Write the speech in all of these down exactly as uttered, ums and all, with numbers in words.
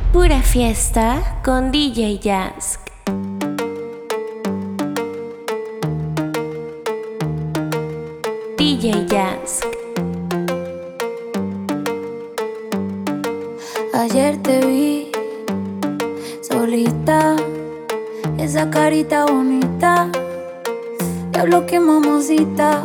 Pura fiesta con D J Jask. D J Jask. Ayer te vi solita, esa carita bonita. Diablo, qué mamacita.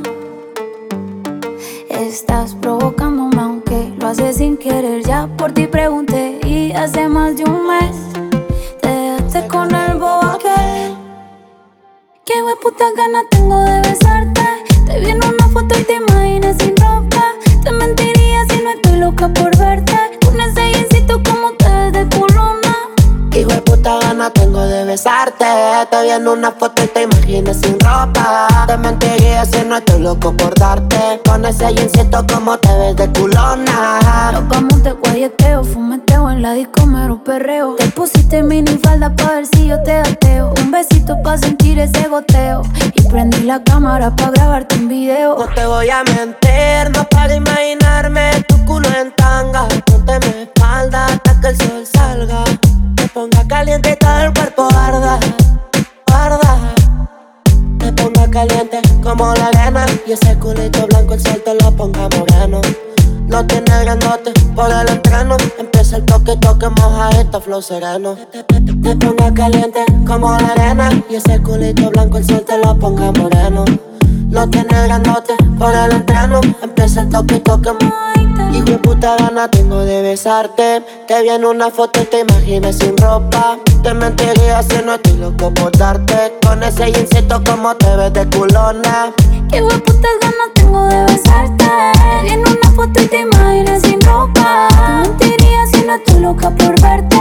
Estás provocándome aunque lo haces sin querer. Ya por ti pregunté y hace más de un mes te dejaste con el bobo aquel. Qué hueputa ganas tengo de besarte. Te vi en una foto y te imaginas sin ropa. Te mentiría si no estoy loca por verte. Con ese jeansito como te ves de culona. Hijo de puta gana tengo de besarte. Te vi en una foto y te imaginas sin ropa. Te mentiría si no estoy loco por darte. Con ese jeansito como te ves de culona. Nos vamos de guayeteo, fumeteo en la disco mero perreo. Te pusiste mini falda pa' ver si yo te gateo. Un besito pa' sentir ese goteo. Y prendí la cámara pa' grabarte un video. No te voy a mentir, no para imaginarme tu culo en tanga. Ponte mi espalda hasta que el sol salga. Te ponga caliente y todo el cuerpo arda, arda. Te ponga caliente como la arena. Y ese culito blanco el sol te lo ponga moreno. No tiene grandote por el entreno. Empieza el toque, toque, moja esto, flow sereno. Te, te, te, te ponga caliente como la arena. Y ese culito blanco el sol te lo ponga moreno. No tiene grandote por el entreno. Empieza el toque, toque, hijo de puta gana tengo de besarte. Te vi en una foto y te imaginas sin ropa. Te mentiría si no estoy loco por darte. Con ese jeansito como te ves de culona. Qué hueputas ganas tengo de besarte. Te vi en una foto y te imaginas sin ropa. Te mentiría si no estoy loca por verte.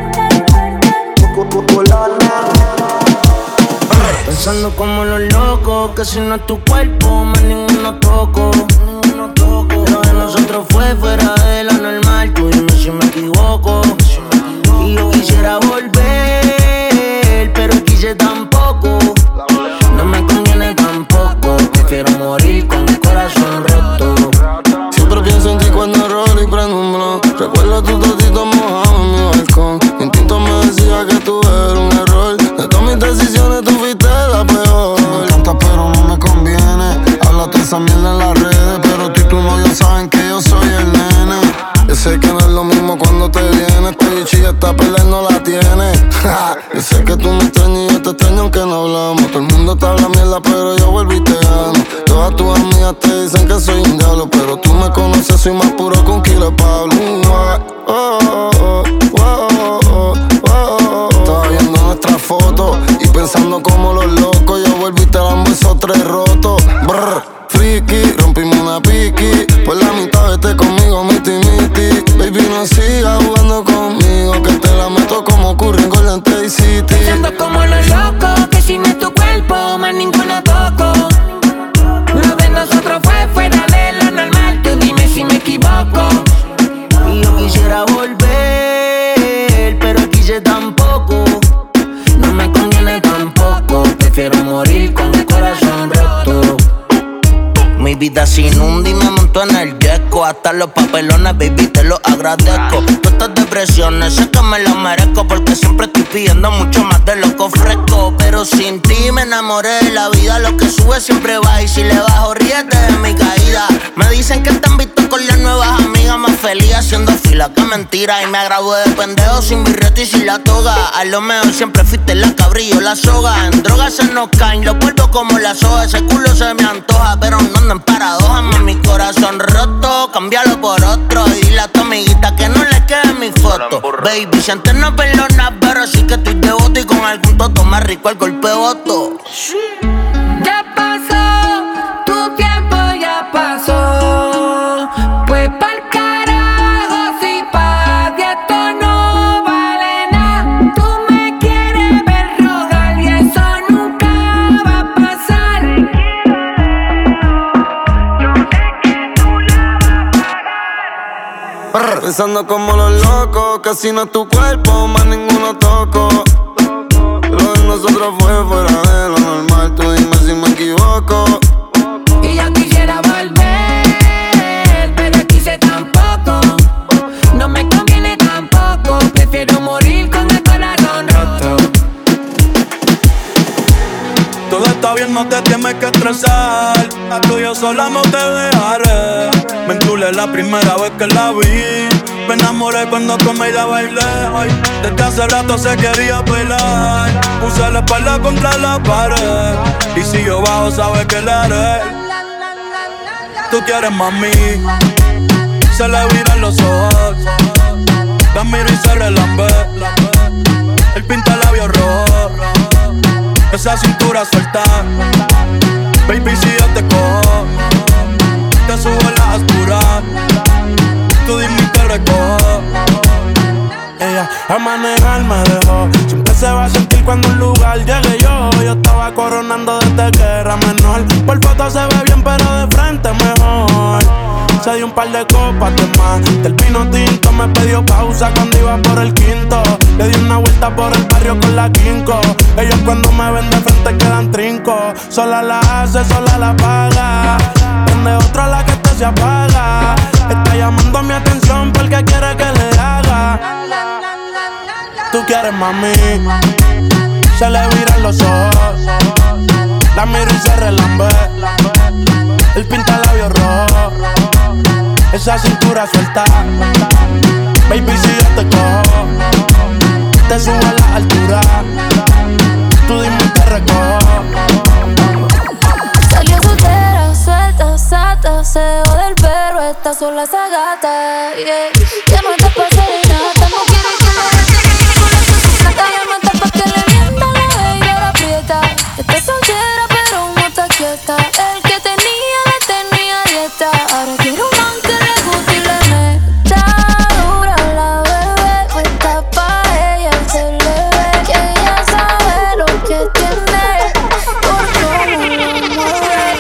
Culona. Pensando como los locos, que si no es tu cuerpo, más ninguno toco. Lo de nosotros fue fuera de lo normal. Tú dime si me equivoco. Y yo quisiera volver, pero quise tampoco. No me conviene tampoco. Prefiero morir con el corazón roto. Siempre pienso en ti cuando rolo y prendo un blon. Recuerdo tu totito mojado en mi balcón. Mi instinto me decía que tú eras un error. De todas mis decisiones tú fuiste la peor. Me encanta pero no me conviene. Habla toda esa mierda en las redes, pero tú y tu novio saben que yo soy el nene. Yo sé que no es lo mismo cuando te vienes. Este bicho ya está pelea y no la tiene. Yo sé que tú me extrañas y yo te extraño aunque no hablamos. Todo el mundo te habla mierda pero yo vuelvo y te amo. Todas tus amigas te dicen que soy un diablo, pero tú me conoces, soy más puro que un kilo de Pablo. Oh, oh, oh, oh, oh, oh. Estaba viendo nuestras fotos y pensando como los locos. Yo vuelvo y te dan besos tres rotos. Brr, friki, rompimos una piqui. Por la mitad vete conmigo, miti miti. Baby, no sigas jugando conmigo, que te la meto como Curry en Golden State City. Pensando como los locos, que si no es tu cuerpo, más ninguno toco. Lo de nosotros fue fuera de lo normal. Tú dime si me equivoco. Y yo quisiera volver, pero quise tampoco. No me conviene tampoco. Prefiero morir con el corazón roto. Mi vida se inunda y me monto en el yeco. Hasta los papelones, baby, te lo agradezco. Todas estas depresiones sé que me las merezco, porque siempre estoy pidiendo mucho más de lo que ofrezco. Pero sin ti me enamoré de la vida. Lo que sube siempre baja y si le bajo ríete de mi caída. Me dicen que te han visto con las nuevas amigas, más feliz haciendo fila que mentira. Y me gradué de pendejo sin birrete y sin la toga. A lo mejor siempre fuiste la cabrillo, la soga. En drogas se nos caen los polvos como la soga. Ese culo se me antoja pero no ando en paradoja. Mi corazón roto, cámbialo por otro. Y dile a tu amiguita que no le quede mi foto. Baby, si antes no perdonas, pero sí que estoy devoto. Y con algún toto más rico el golpe voto. Ya pasó, tu tiempo ya pasó. Pues pa'l carajo, si pa' ti esto no vale nada. Tú me quieres ver rogar y eso nunca va a pasar. Yo sé que tú la vas a pagar. Pensando como los locos, que si no es tu cuerpo, más ninguno toco. Lo de nosotros fue fuera de lo normal. Tú dime si me equivoco. Y yo quisiera volver, pero quise tampoco. No me conviene tampoco. Prefiero no te tienes que estresar. A tú yo sola no te dejaré. Me enchulé la primera vez que la vi. Me enamoré cuando con ella bailé. Ay, desde hace rato se quería bailar. Puse la espalda contra la pared. Y si yo bajo sabes que le haré. Tú quieres mami. Se le viran los ojos. La miro y se relambe. Él pinta labios rojos. Esa cintura suelta. Baby, si yo te cojo, te subo la altura. Tú dime y te recojo. Ella a manejar me dejó. Siempre se va a sentir cuando un lugar llegue yo. Yo estaba coronando desde que era menor. Por foto se ve bien pero de frente mejor. Se dio un par de copas de más. Del vino tinto me pidió pausa cuando iba por el quinto. Le di una vuelta por el barrio con la quinco. Ellos cuando me ven de frente quedan trinco. Sola la hace, sola la paga. Prende otra la que este se apaga. Está llamando mi atención porque quiere que le haga. Tú quieres mami. Se le viran los ojos. La miro y se relambe. Él pinta labios rojos. Esa cintura suelta. Baby, si yo te cojo, te subo a la altura. Tú dime y te recojo. Salió soltera, suelta, sata. Se dejó del perro, está sola esa gata, yeah. Ya no está pa' serenata. No quiere que le sola se plata. Ya no está pa' que le mienta la baby, ahora aprieta. Está soltera pero no está quieta. El que tenía la tenía dieta. Ahora quiero un man que le guste y le meta dura la bebé. Puesta pa' ella se le ve que ella sabe lo que tiene por cómo lo mueve.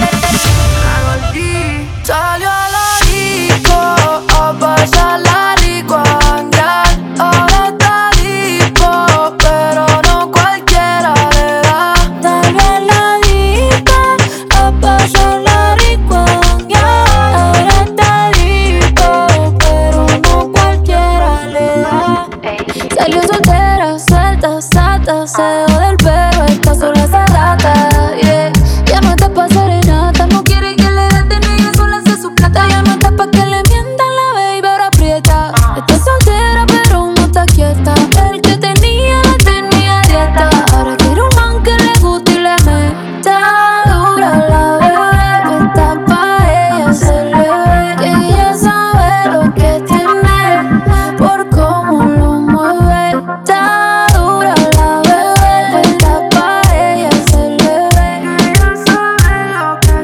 Salió a la disco a pasarla rico a janguear. Ahora está disco, pero no cualquiera le da. Salió a la disco a pasarla rico a janguear. Ahora está disco, pero no cualquiera le da. Salió soltera, suelta, sata. Se dejó del perro, está sola esa gata, yeah. Ya no está pa' serenata. No quiere que le gasten, ella sola hace su plata. Ya no está pa' que le mientan la baby, ahora aprieta. Está soltera pero no está quieta. El que tenía la tenía dieta. Ahora quiere un man que le guste y le meta dura la bebé. Está pa' ella se le ve que ella sabe lo que tiene por cómo lo mueve. Está dura la bebé. Está pa' ella se le ve que ella sabe lo que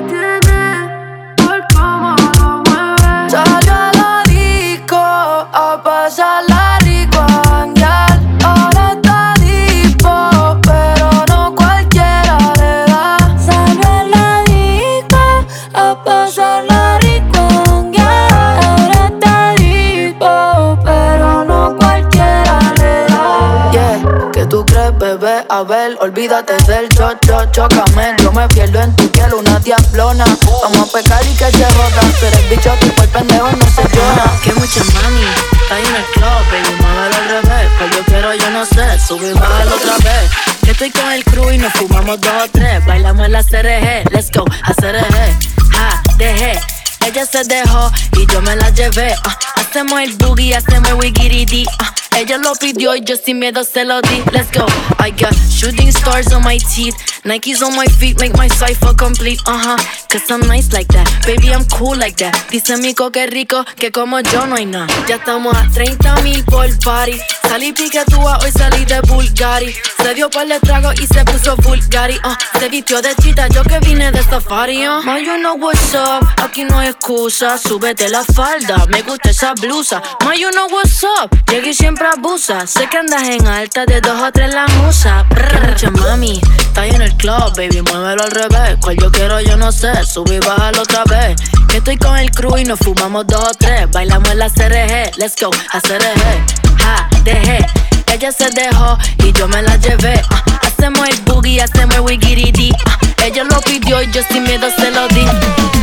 tiene por cómo lo mueve. Salió a la disco a pasarla rico a janguear. Ahora está disco, pero no cualquiera le da. Salió a la disco a pasarla rico a janguear. Ahora está disco, pero no cualquiera le da. Yeah, ¿qué tú crees, bebé? A ver, olvídate del cho, cho, chócame. Yo me pierdo en tu piel, una diablona. Vamos a pecar y que se roda. Tú eres bicho, tipo el pendejo no se llora. Que mucha mami, está ahí en el club, baby, muévelo al revés. Pues yo quiero, yo no sé, sube y bájalo otra vez. Que estoy con el crew y nos fumamos dos o tres. Bailamos en la C R G, let's go, a C R G. Ja, dejé, ella se dejó y yo me la llevé. uh, Hacemos el boogie, hacemos el wigiridi. uh, Ella lo pidió y yo sin miedo se lo di. Let's go, I got shooting stars on my teeth, Nikes on my feet, make my cipher complete. Uh-huh, cause I'm nice like that, baby I'm cool like that. Dice Mico que rico, que como yo no hay nada. Ya estamos a treinta mil por party. Salí piquetúa, hoy salí de Bulgari. Se dio par de tragos y se puso Bulgari. uh, Se vistió de chita, yo que vine de safari. uh. Ma, you know what's up, aquí no hay excusa. Súbete la falda, me gusta esa blusa. Ma, you know what's up, llegué y siempre abusa. Sé que andas en alta, de dos o tres la musa. Que mucha mami, está ahí en el club, baby, muévelo al revés. Cual yo quiero, yo no sé, sube y bájalo otra vez. Que estoy con el crew y nos fumamos dos o tres. Bailamos en la C R G, let's go, a C R G. Ja, dejé, ella se dejó y yo me la llevé. uh, Hacemos el boogie, hacemos el wigiridi. uh, Ella lo pidió y yo sin miedo se lo di.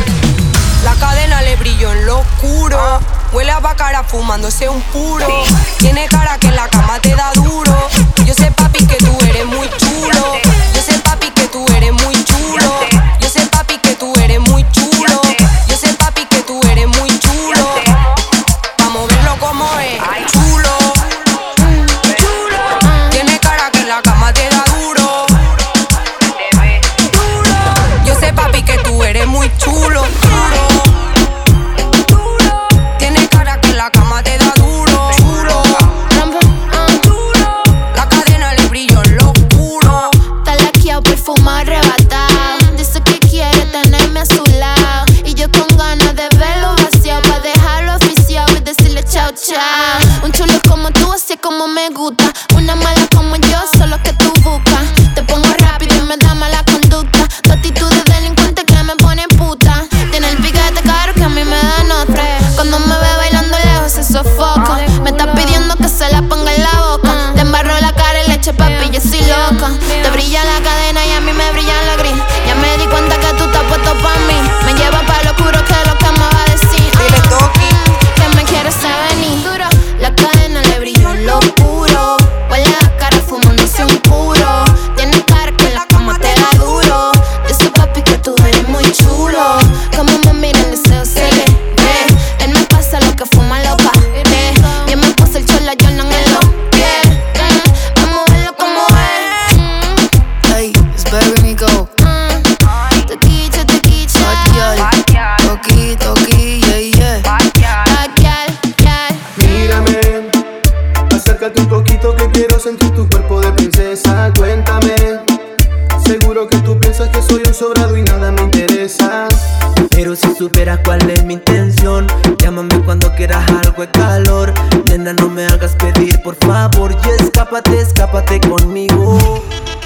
La cadena le brilló en lo oscuro. Huele a bacara fumándose un puro. Tiene cara que en la cama te da duro. Yo sé papi que tú eres muy chulo. Yo sé papi que tú eres muy chulo. es. Chulo, chulo. Tiene cara que en la cama te da duro. Duro. Yo sé, papi, que tú eres muy chulo. Duro. Duro. Tiene cara que en la cama te da duro. Chulo. Chulo. La cadena le brilló en lo oscuro. Talaqueado, perfumado, arrebatado. Dice que quiere tenerme a su lado. Y yo con ganas de verlo vaciado, pa' dejarlo oficial y decirle chao, chao. Un chulo como tú, así es como me gusta. Una mala como yo, solo que tú buscas. Te pongo rápido y me da mala conducta. Tu actitud de delincuente que me pone puta. Tiene el piquete caro que a mí me da nota. Cuando me ve bailando lejos se sofoca. Me está pidiendo que se la ponga en la boca. Te embarro la cara en leche, papi, yo soy loca. Te brilla la cadena y a mí me brilla la gris. Ya me di cuenta que tú estás puesto pa' mí. Me lleva pa' lo oscuro, que es lo que me va a decir. Dile Toki, que me quieres venir. Duro, la cadena le brilló en lo oscuro. Huele a cara fumándose un puro. Tiene cara que en la cama te da duro. Dice papi que tú eres muy chulo. Como me mira el deseo se le ve. Él me pasa lo que fuma loca. Y me puse el chola Jordan en los pies. Vamos a verlo como es. Hey, it's Baby Nico. Toquicha, toquicha. Toqui, toqui, yeah, yeah. Backyard, yard. Mírame, acércate un poquito que quiero sentir tu cuerpo de princesa. Cuéntame, seguro que tú piensas que soy un sobrado y nada me interesa. Pero si supieras cuál es mi intención, llámame cuando quieras algo de calor. Nena, no me hagas pedir, por favor. Y escápate, escápate conmigo.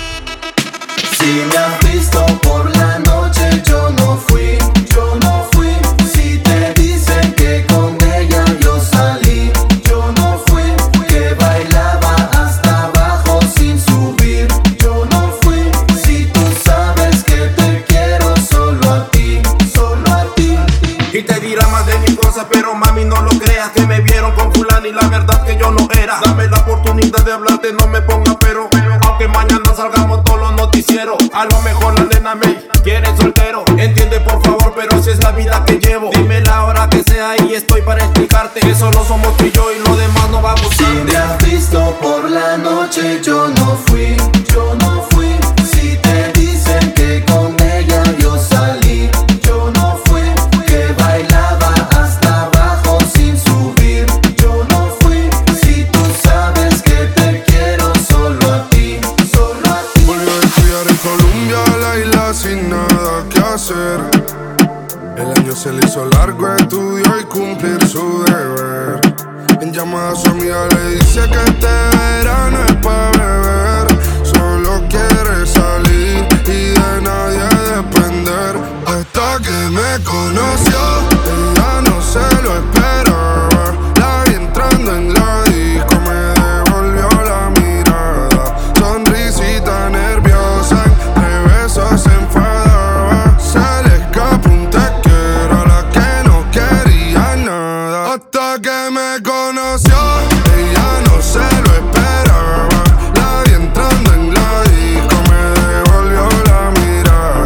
Si me has visto por la noche, yo no fui, yo no fui. Si te dicen que con ella yo salí, yo no fui. Que bailaba hasta abajo sin subir, yo no fui. Si tú sabes que te quiero solo a ti, solo a ti. Y te dirá más de mil cosas, pero mami no lo creas. Que me vieron con fulano y la verdad que yo no era. Dame la oportunidad de hablarte, no me pongas pero. Aunque mañana salgamos todos los noticieros. A lo mejor la nena me quiere soltero. Entiende por favor, pero esa es la vida que llevo. Dime la hora que sea y estoy para explicarte que solo somos tú y yo y lo demás no va a gustar. Si me has visto por la noche, yo no fui, yo no fui. Si te dicen que con ella yo salí, yo no fui. Que bailaba hasta abajo sin subir, yo no fui. Si tú sabes que te quiero solo a ti, solo a ti. Volvió a estudiar en Colombia, la isla sin nada que hacer. El año se le hizo largo, estudió y cumplir su deber. En llamada a su amiga le dice que este verano es pa' beber. Solo quiere salir y de nadie depender. Hasta que me conoció, ella no se lo esperaba. La vi entrando en la disco, me devolvió la mirada. Sonrisita nerviosa, entre besos se enfadaba. Se le escapó un te quiero a la que no quería nada. Hasta que me conoció, ella no se lo esperaba. La vi entrando en la disco, me devolvió la mirada.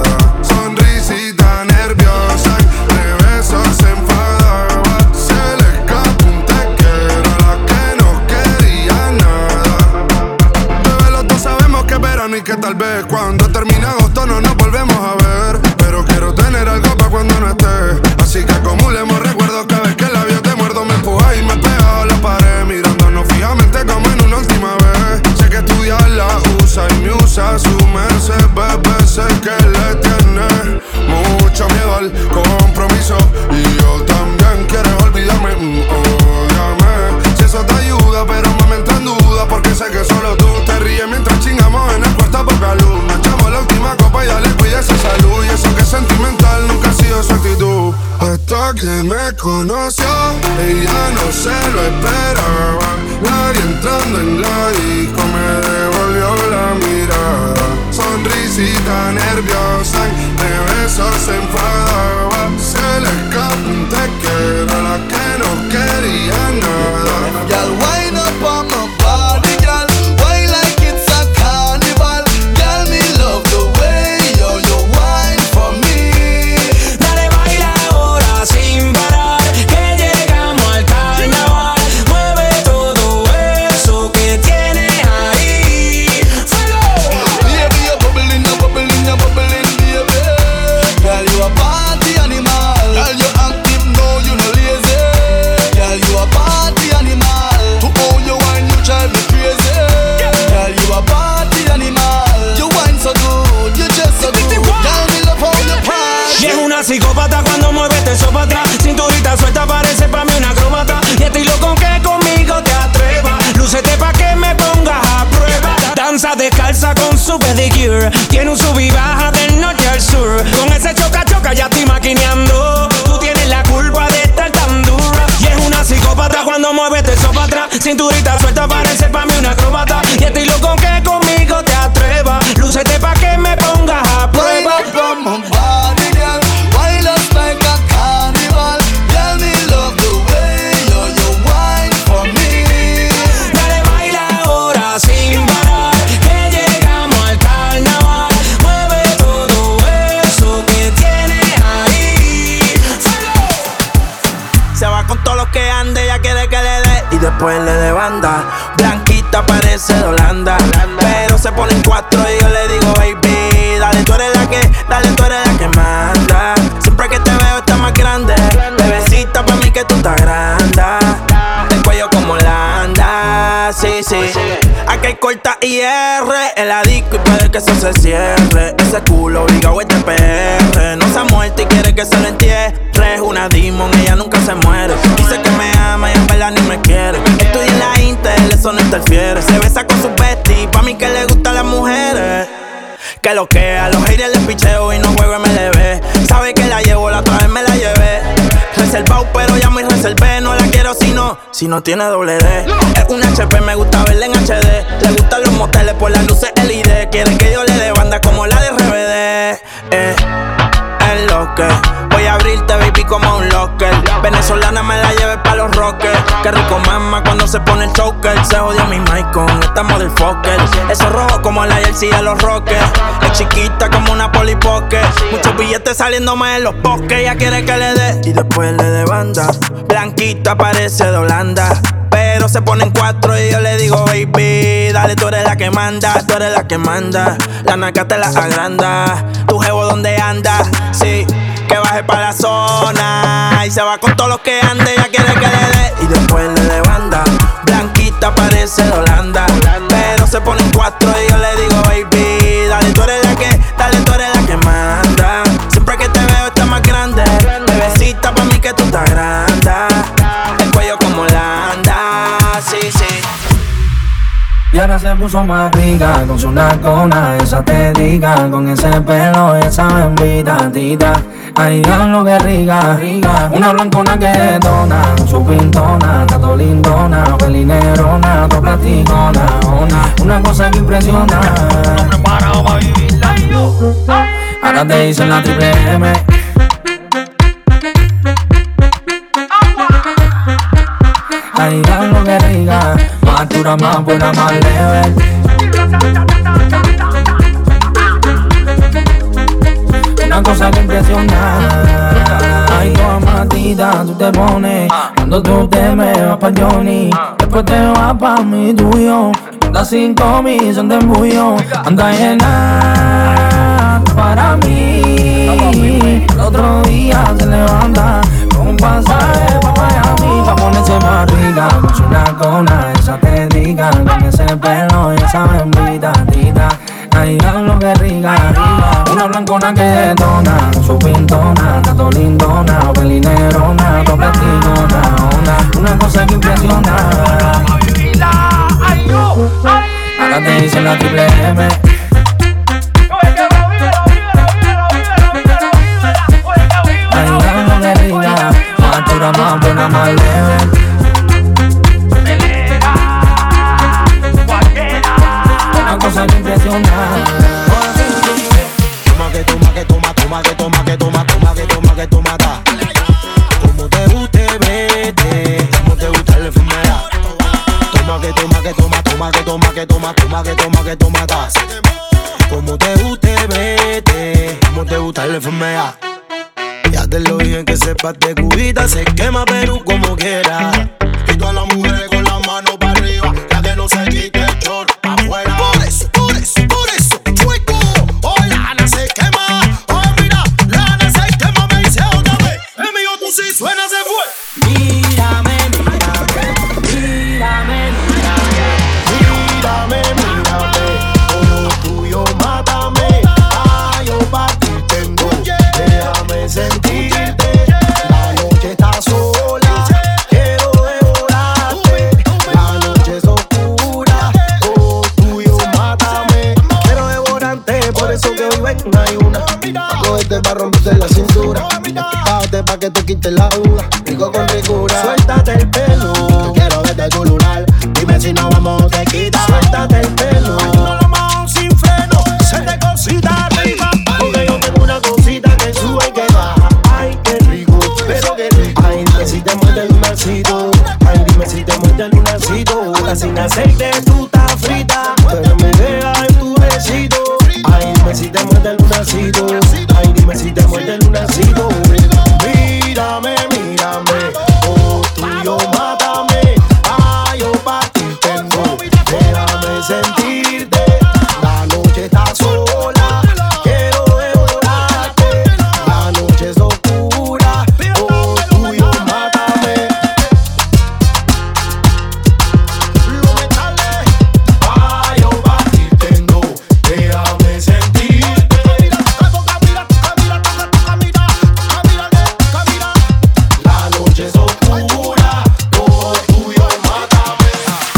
Sonrisita nerviosa, entre besos se enfadaba. Se le escapó un te quiero a la que no quería nada. Bebé, los dos sabemos que es verano y que tal vez cuando termine agosto no nos volvemos a ver. Pero quiero tener algo pa' cuando no esté. Así que acumulemos recuerdos, cada vez que el labio te muerdo me empuja y me pega a la pared. Mirándonos fijamente como en una última vez. Sé que estudiar la usa y me usa su merced. Bebé, sé que le tiene mucho miedo al compromiso. Y yo también quiero olvidarme, mm, ódiame. Si eso te ayuda, pero me entra en duda. Porque sé que solo tú te ríes mientras chingamos en el cuarto a poca luz. Nos echamos la última copa y ya le cuida esa salud. Y eso que es sentimental nunca ha sido su actitud. Hasta que me conoció, ella no se lo esperaba. La vi entrando en la disco, me devolvió la mirada. Sonrisita nerviosa, de besos se enfadaba. Se le escapó un te quiero a la que no quería nada. Girl, wind up on my body, girl. Wine like it's a carnival. Girl, me love the way yo, you wine for me. Dale, baila ahora sin parar, que llegamos al carnaval. Mueve cinturita suelta parece pa' mí una acróbata. Y estoy loco que conmigo te atrevas. Lúcete pa' que me pongas a prueba. From my body, girl, wild us like a carnival. Girl, me love the way you, you wine for me. Dale, baila ahora sin parar, que llegamos al carnaval. Mueve todo eso que tienes ahí. Se va con todos los que ande, ella quiere que le dé y después le dé banda. Blanquita parece de Holanda, pero se ponen cuatro y yo le digo baby, dale tú eres la que, dale tú eres la que manda. Siempre que te veo estás más grande, bebecita pa' mí que tú estás grande. El cuello como Holanda, sí, sí. Aquí hay corta I R en la disco y puede que eso se cierre. Ese culo obligado es de P R. No se ha muerto y quiere que se lo entierre. Es una demon, ella nunca se muere. Dice que me ama y en verdad ni me quiere. Estudia en la Intel, eso no interfiere. Se besa con su bestie, pa' mí que le gustan las mujeres. Que lo que a los haters les picheo y no juego M L B. Sabe que la llevo, la otra vez me la llevé. Reservado pero ya me reservé. No la quiero si no, si no tiene doble D. Es un H P, me gusta verla en H D. Le gustan los moteles por las luces L E D. Quiere que yo le dé banda como la de R B D. Eh, es lo que voy a abrirte, baby, como un locker. Venezolana me la lleve pa' los rockers. Qué rico mama cuando se pone el choker. Se jodió mi mic con esta motherfucker. Eso rojo como la jersey de los rockers. Es chiquita como una polipoque. Muchos billetes saliéndome en los bosques. Ella quiere que le dé y después le dé banda. Blanquita parece de Holanda, pero se ponen cuatro y yo le digo baby, dale tú eres la que manda, tú eres la que manda. La naca te la agranda. Tu jevo donde anda, sí, que baje pa' la zona y se va con todos los que ande. Ella quiere que le dé y después le dé banda. Blanquita parece de Holanda, pero se ponen cuatro y yo le digo baby, dale tú eres la que, dale tú eres la que manda. Siempre que te veo estás más grande, bebecita pa' mí que tú estás grande. El cuello como Holanda, sí, sí. Y ahora se puso más rica con su nacona, esa te diga, con ese pelo, esa bembita tita. Ay, lo que rica, rica. Una blancona que detona, su pintona, tato lindona, pelinerona, to platicona, una, una cosa que impresiona. Ahora te dicen la triple M. Ay, lo que rica. Más dura, más buena, más leve. Una cosa que impresiona. Ay, toda matita tú te pones cuando tú te me vas pa' Johnny. Después te vas pa' mi tuyo. Andas cinco mil, son de embullo. Anda llena para mí. El otro día se levanta con un pasaje pa' Miami, pa' ponerse más rica. Con su nacona, esa te diga, con ese pelo y esa bembita tita. Ay, lo que rica, rica. Una blancona que detona, su pintona, tato lindona, pelinerona, to platicona, una, una cosa que impresiona. Ahora te dicen la triple M. Ay, lo que rica. Más dura, más buena, más leve. Una cosa que impresiona. Toma que toma que toma, toma que toma que toma, toma que toma que toma ta. Como te guste vete, como te gusta la enfermedad. Toma que toma que toma, toma que toma que toma, toma que toma que toma ta. Como te guste vete, como te gusta la enfermedad. Ya te lo dije que sepas de cubita, se quema Perú como quiera. Y todas las mujeres con las manos para arriba, la que no se quite el short afuera. Por eso, por eso, por eso, chueco. Oh, la Ana se quema. Oh, mira, la Ana se quema, me dice otra vez. El mío tú sí suena, se fue. Mírame, mírame, mírame, Mírame, mírame, con lo tuyo mátame. Ay, yo pa' ti tengo, déjame sentirte. La noche está sola, quiero devorarte. La noche es oscura, con lo tuyo mátame. Quiero devorarte, por eso que hoy ven hay una. Cógete pa' romperte la cintura. Bájate pa' que te quites la duda. Rico con ricura, suéltate el pelo. Quiero verte tu lunar. Dime si no vamos te quita. Suéltate el pelo. No lo mojamos sin freno. Se te cosita arriba. Porque yo tengo una cosita que sube y que baja. Ay, qué rico, pero qué rico. Ay, dime si te muerde el lunarcito. Ay, dime si te muerde el lunarcito. Sin aceite tú estás frita, pero me deja en tu besito. Ay, dime si te muerde el lunarcito. Ay, dime si te muerde el lunarcito. Mírame, mírame, oh tuyo, mátame. Ay, yo pa' ti tengo, déjame sentirte. La noche está sola, quiero devorarte. La noche es oscura, oh tuyo, mátame. Lo metale. Ay, yo pa' ti tengo, déjame sentirte. Camila, Camila, Camila, Camila, Camila, Camila. La noche es oscura, oh tuyo, mátame.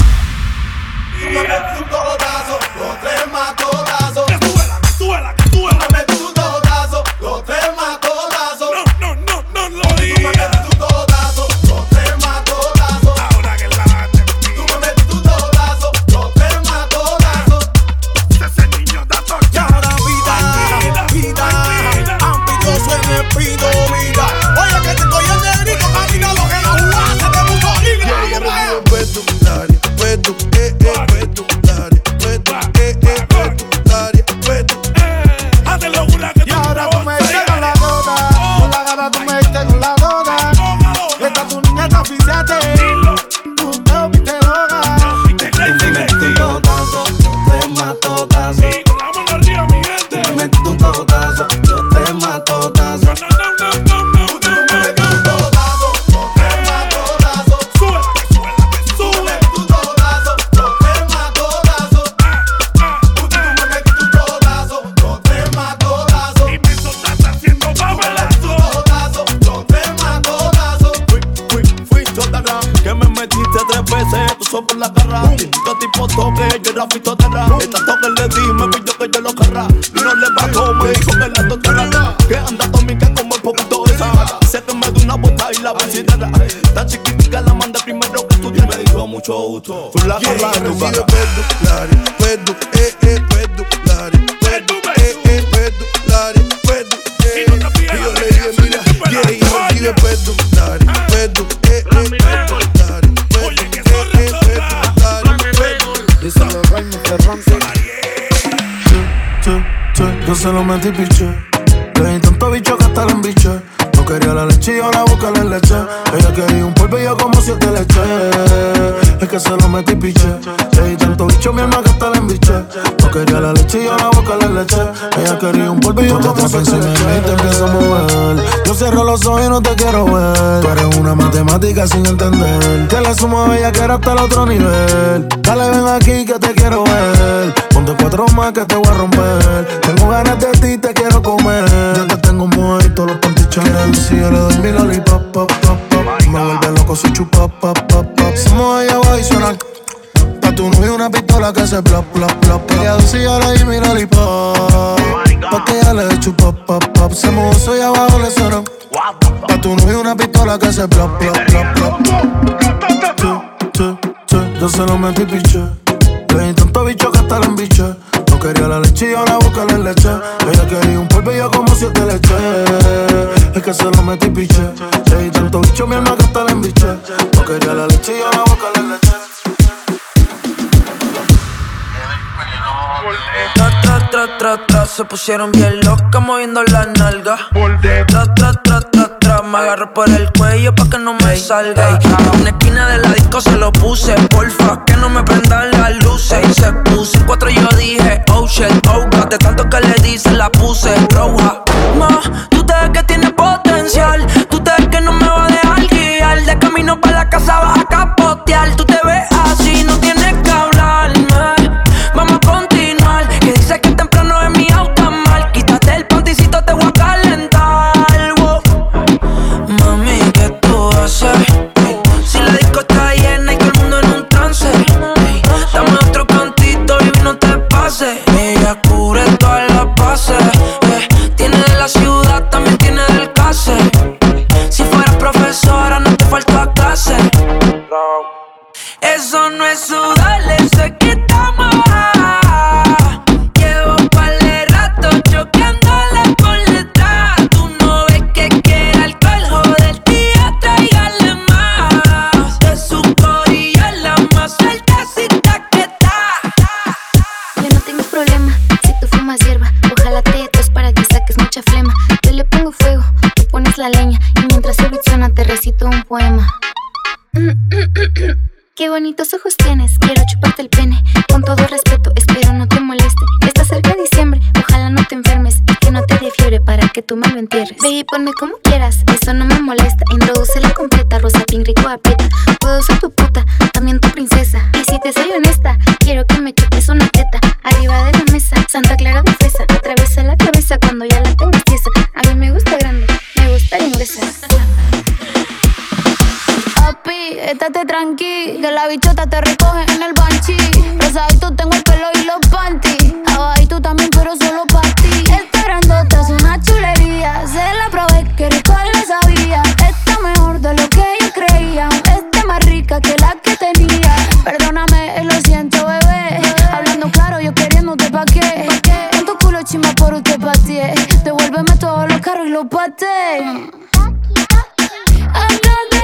Tú me metes un codazo, los tres matodazos. Que suela, que suela, que suela. Tú me metes un codazo, los tres matodazos. No, no, no, no lo digas. Tú me metes un codazo, los tres matodazos. Ahora que la bate. Tú me metes un codazo, los tres matodazos. Ese niño da toque. Y ahora vida, vida, ambicioso en el pido, vida. Oye que te estoy el negrito, camina lo que la jugada se te puso libre. Vamos a ver. Puedo, Daria, puedo, eh, eh, puedo, Daria, puedo, eh, eh, puedo, Daria, puedo. Hazlo una que Y ahora tú me echas con la dona, con la gana tú me echas con la dona. Esta tu niña está oficiante, tú te viste loca. Tú me metes un codazo, yo te mato tazo. Tú me metes un codazo, yo te mato tazo. Tú me metes un codazo, yo te mato tazo. Tú me metes un codazo, yo te mato tazo. Tú me metes un codazo, yo te mato tazo. Y me estás haciendo babela. Codazo, yo te mato tazo. Fui, fui, fui, chotara, que me metiste tres veces, tú sos por la cara. Distinto tipo toque, yo era fitotera. Esta toque le di, me pidió que yo lo querrá. Y no le bajó, me dijo que la doctora. Que anda atómica como el poquito esa. Sé que me dio una bota y la considera. Tan chiquitica la mandé primero que estudié. Me dijo mucho gusto. Fui la Yeah, cara, yeah, tu yeah. cara. Daria, puedo, eh, eh, puedo, Daria, puedo, eh, eh, puedo, Daria, puedo, eh. Y no te Y pierdas yo la le dije, mira, pega, yeah, y coño. me pide puedo, Daria, puedo, eh, eh, puedo, Daria, puedo, Oye, que eh, son eh, las puedo, otras. Daria, puedo. Dicen los reinos que rompen. Che, che, yo se lo metí piché. Le di tanto bicho que hasta la embiché. No quería la leche y ahora busca la leche. Ella quería un polvo y yo como siete leche. Es que se lo metí piché. Le di tanto bicho mi alma que hasta la embiché. No quería la leche y ahora busca la leche. Ella quería un polvo y yo como siete leche. Y te empiezo a mover. Yo cierro los ojos y no te quiero ver. Tú eres una matemática sin entender. Que le sumo a ella que era hasta el otro nivel. Dale ven aquí que te quiero ver. Ponte cuatro más que te voy a romper. Tengo ganas de ti, te quiero comer. Yo te tengo muerto, los pantichones. Si yo le doy mi lollipop, pop, pop, pop. Me vuelve loco si chupa, pop, pop, pop. Somos allá abajo y suena. Pa' tu novio una pistola que se plop, plop, plop. Ella dulce y yo le di mi lollipop. Pa' que ella le dé chupa, pop, pop. Se mozo y abajo le suena. Pa' tu novio una pistola que se plop, plop, plop, plop. Che, che, che, yo se lo metí piché. Le di tanto bicho que hasta la embiché. No quería la leche y ahora busca la leche. Ella quería un polvo y yo como siete leche. Es que se lo metí piché. Le di tanto bicho mi alma que hasta la embiché. No quería la leche y ahora busca la leche. Tra, tra, tra, tra, tra, se pusieron bien locas moviendo las nalgas. Tra, tra, tra, tra, tra, me agarro por el cuello pa' que no me salga. Ey, a una esquina de la disco se lo puse, porfa, que no me prendan las luces. Y se puso en cuatro y yo dije, oh shit, oh god, de tanto que le dice la puse roja. Ma, tú te ves que tienes potencial, tú te ves que no me va a dejar guiar. De camino pa' la casa vas a capotear, tú te ves así, no tienes que hablarme. Vamos a continuar, que dice que temprano en mi auto mal. Quítate el panticito, te voy a calentar, wow. Mami, ¿qué tú haces? Ey, si la disco está llena y todo el mundo en un trance, ey, dame otro cantito y no te pases. Ella cubre todas las bases, eh, recito un poema. Qué bonitos ojos tienes, quiero chuparte el pene. Con todo respeto, espero no te moleste. Está cerca de diciembre, ojalá no te enfermes y que no te dé fiebre para que tú me lo entierres. Baby, ponme como quieras, eso no me molesta. Introdúcela completa, rosa, pink, rico, aprieta. Puedo ser tu puta, también tu princesa. Y si te soy honesta, quiero que me chupes una teta. Arriba de la mesa, Santa Clara de fresa. Atraviesa la cabeza cuando ya la tengas tiesa. A mí me gusta grande, me gusta inglesa. Papi, estate tranqui, que la bichota te recoge en el banchi. Rosadito tengo el pelo y los panties. Abajito también, pero solo para ti. Esta grandota es una chulería. Se la probé, que rico le sabía. Está mejor de lo que yo creía. Está más rica que la que tenía. Perdóname, lo siento, bebé. Hablando claro, yo queriéndote pa' qué. En tu culo chimba por usted pateé. Devuélveme todos los carros y los pateé. Anda de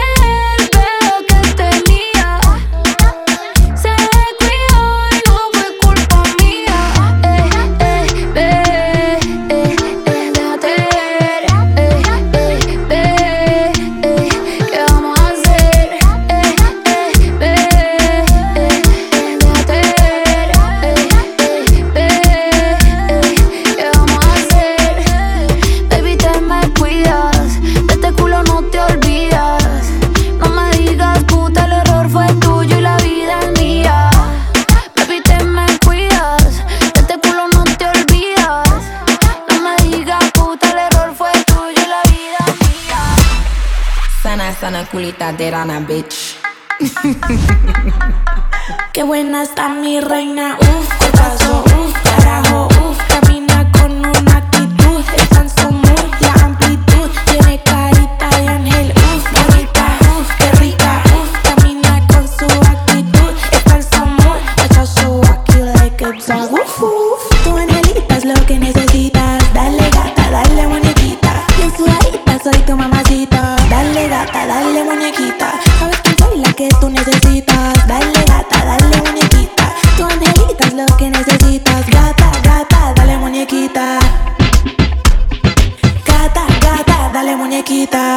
sana culita de rana, bitch. Qué buena está mi reina, uff, cortazo, uff, carajo, uff. Camina con una actitud, alcanzó muy la amplitud. Tiene carita de ángel, uff, bonita, uff, qué rica, uff. Camina con su actitud, alcanzó muy, echa su aquí like a dog, uff, uff. Tu angelita es lo que necesitas, dale gata, dale muñequita. Bien sudadita, soy tu mamacita, dale gata, dale muñequita. Sabes que soy la que tú necesitas, dale gata, dale muñequita. Tu angelita es lo que necesitas, gata, gata, dale muñequita. Gata, gata, dale muñequita.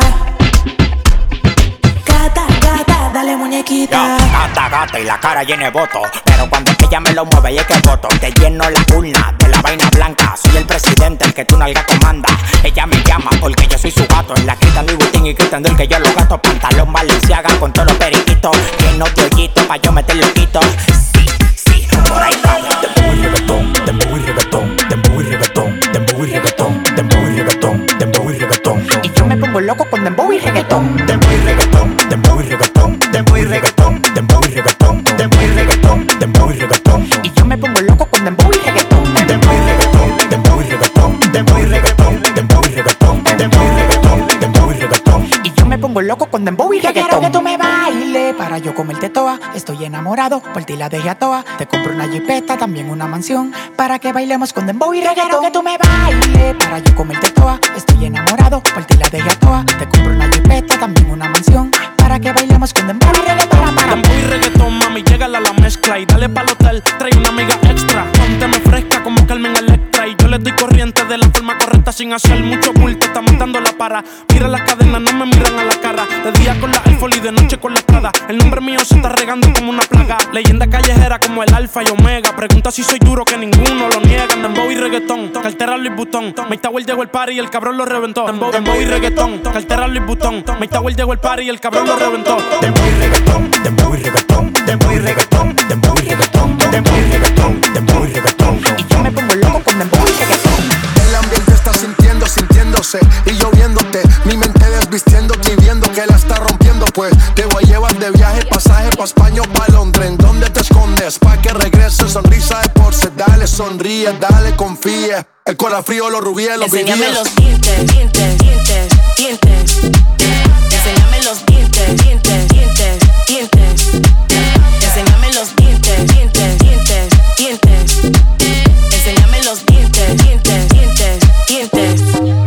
Gata, gata, dale muñequita. Yo, gata, gata y la cara llena de voto. Pero cuando ella me lo mueve y es que voto. Te lleno la urna de la vaina blanca. Soy el presidente, el que tu nalga comanda. Ella me llama porque yo soy su gato. En la gritan Louis Vuitton y gritan del que yo los gato. Pantalón Balenciaga con todos los periquitos. Lleno de hoyitos pa' yo meter loquito. Sí, sí, por ahí vamos. Dembow y reggaetón, dembow y reggaetón, dembow y reggaetón, dembow y reggaetón, dembow y reggaetón, dembow y reggaetón. Y yo me pongo loco con dembow y reggaetón. Dembow y reggaetón, dembow y reggaetón, dembow y reggaetón, dembow y reggaetón, dembow y reggaetón, dembow y reggaetón. Y yo me pongo loco con dembow y reggaetón. Dembow y reggaetón, dembow y reggaetón, dembow y reggaetón, dembow y reggaetón, dembow y reggaetón, dembow y reggaetón. Y yo me pongo loco con dembow y reggaetón. Quiero que tú me bailes para yo comerte toa. Estoy enamorado, por ti la dejé a toa. Te compro una jipeta, también una mansión, para que bailemos con dembow y reggaetón. Quiero que tú me bailes para yo comerte toa. Estoy enamorado, por ti la dejé a toa. Te compro una jipeta, también una mansión, para que bailemos con dembow y reggaetón. Dembow y reggaetón, mami, llégala a la mezcla y dale pa'l hotel, trae una amiga extra. Pónteme fresca como Carmen Electra y yo le doy corriente de la forma correcta sin hacer mucho bulto. Estamos dando la para, mira las cadenas, no me miran a la cara. De día con la iPhone y de noche con la Prada. El nombre mío se está regando como una plaga. Leyenda callejera como el Alfa y Omega. Pregunta si soy duro que ninguno lo niegan. Dembow y reggaetón, cartera Louis Vuitton. Mike Tower llegó el party y el cabrón lo reventó. Dembow, dembow y reggaetón, cartera Louis Vuitton. Mike Tower llegó el party y el cabrón lo reventó. Dembow y reggaetón, dembow y reggaetón, dembow y reggaetón, dembow y reggaetón, dembow y reggaetón, dembow y reggaetón. Y yo me pongo loco con dembow y reggaetón. El ambiente está sintiendo, sintiéndose y yo viéndote. Mi mente desvistiéndote y viendo que la está rompiendo. Pues te voy a llevar de viaje, pasaje pa' España o pa' Londres. ¿En dónde te escondes? Pa' que regrese, sonrisa de porce. Dale, sonríe, dale, confía. El corazón frío, los rubíes, los vivíes. Enséñame los dientes, dientes, dientes, dientes. Enséñame los dientes, dientes, dientes, dientes. Enséñame los dientes, dientes, dientes, dientes. Enséñame los dientes, dientes, dientes, dientes.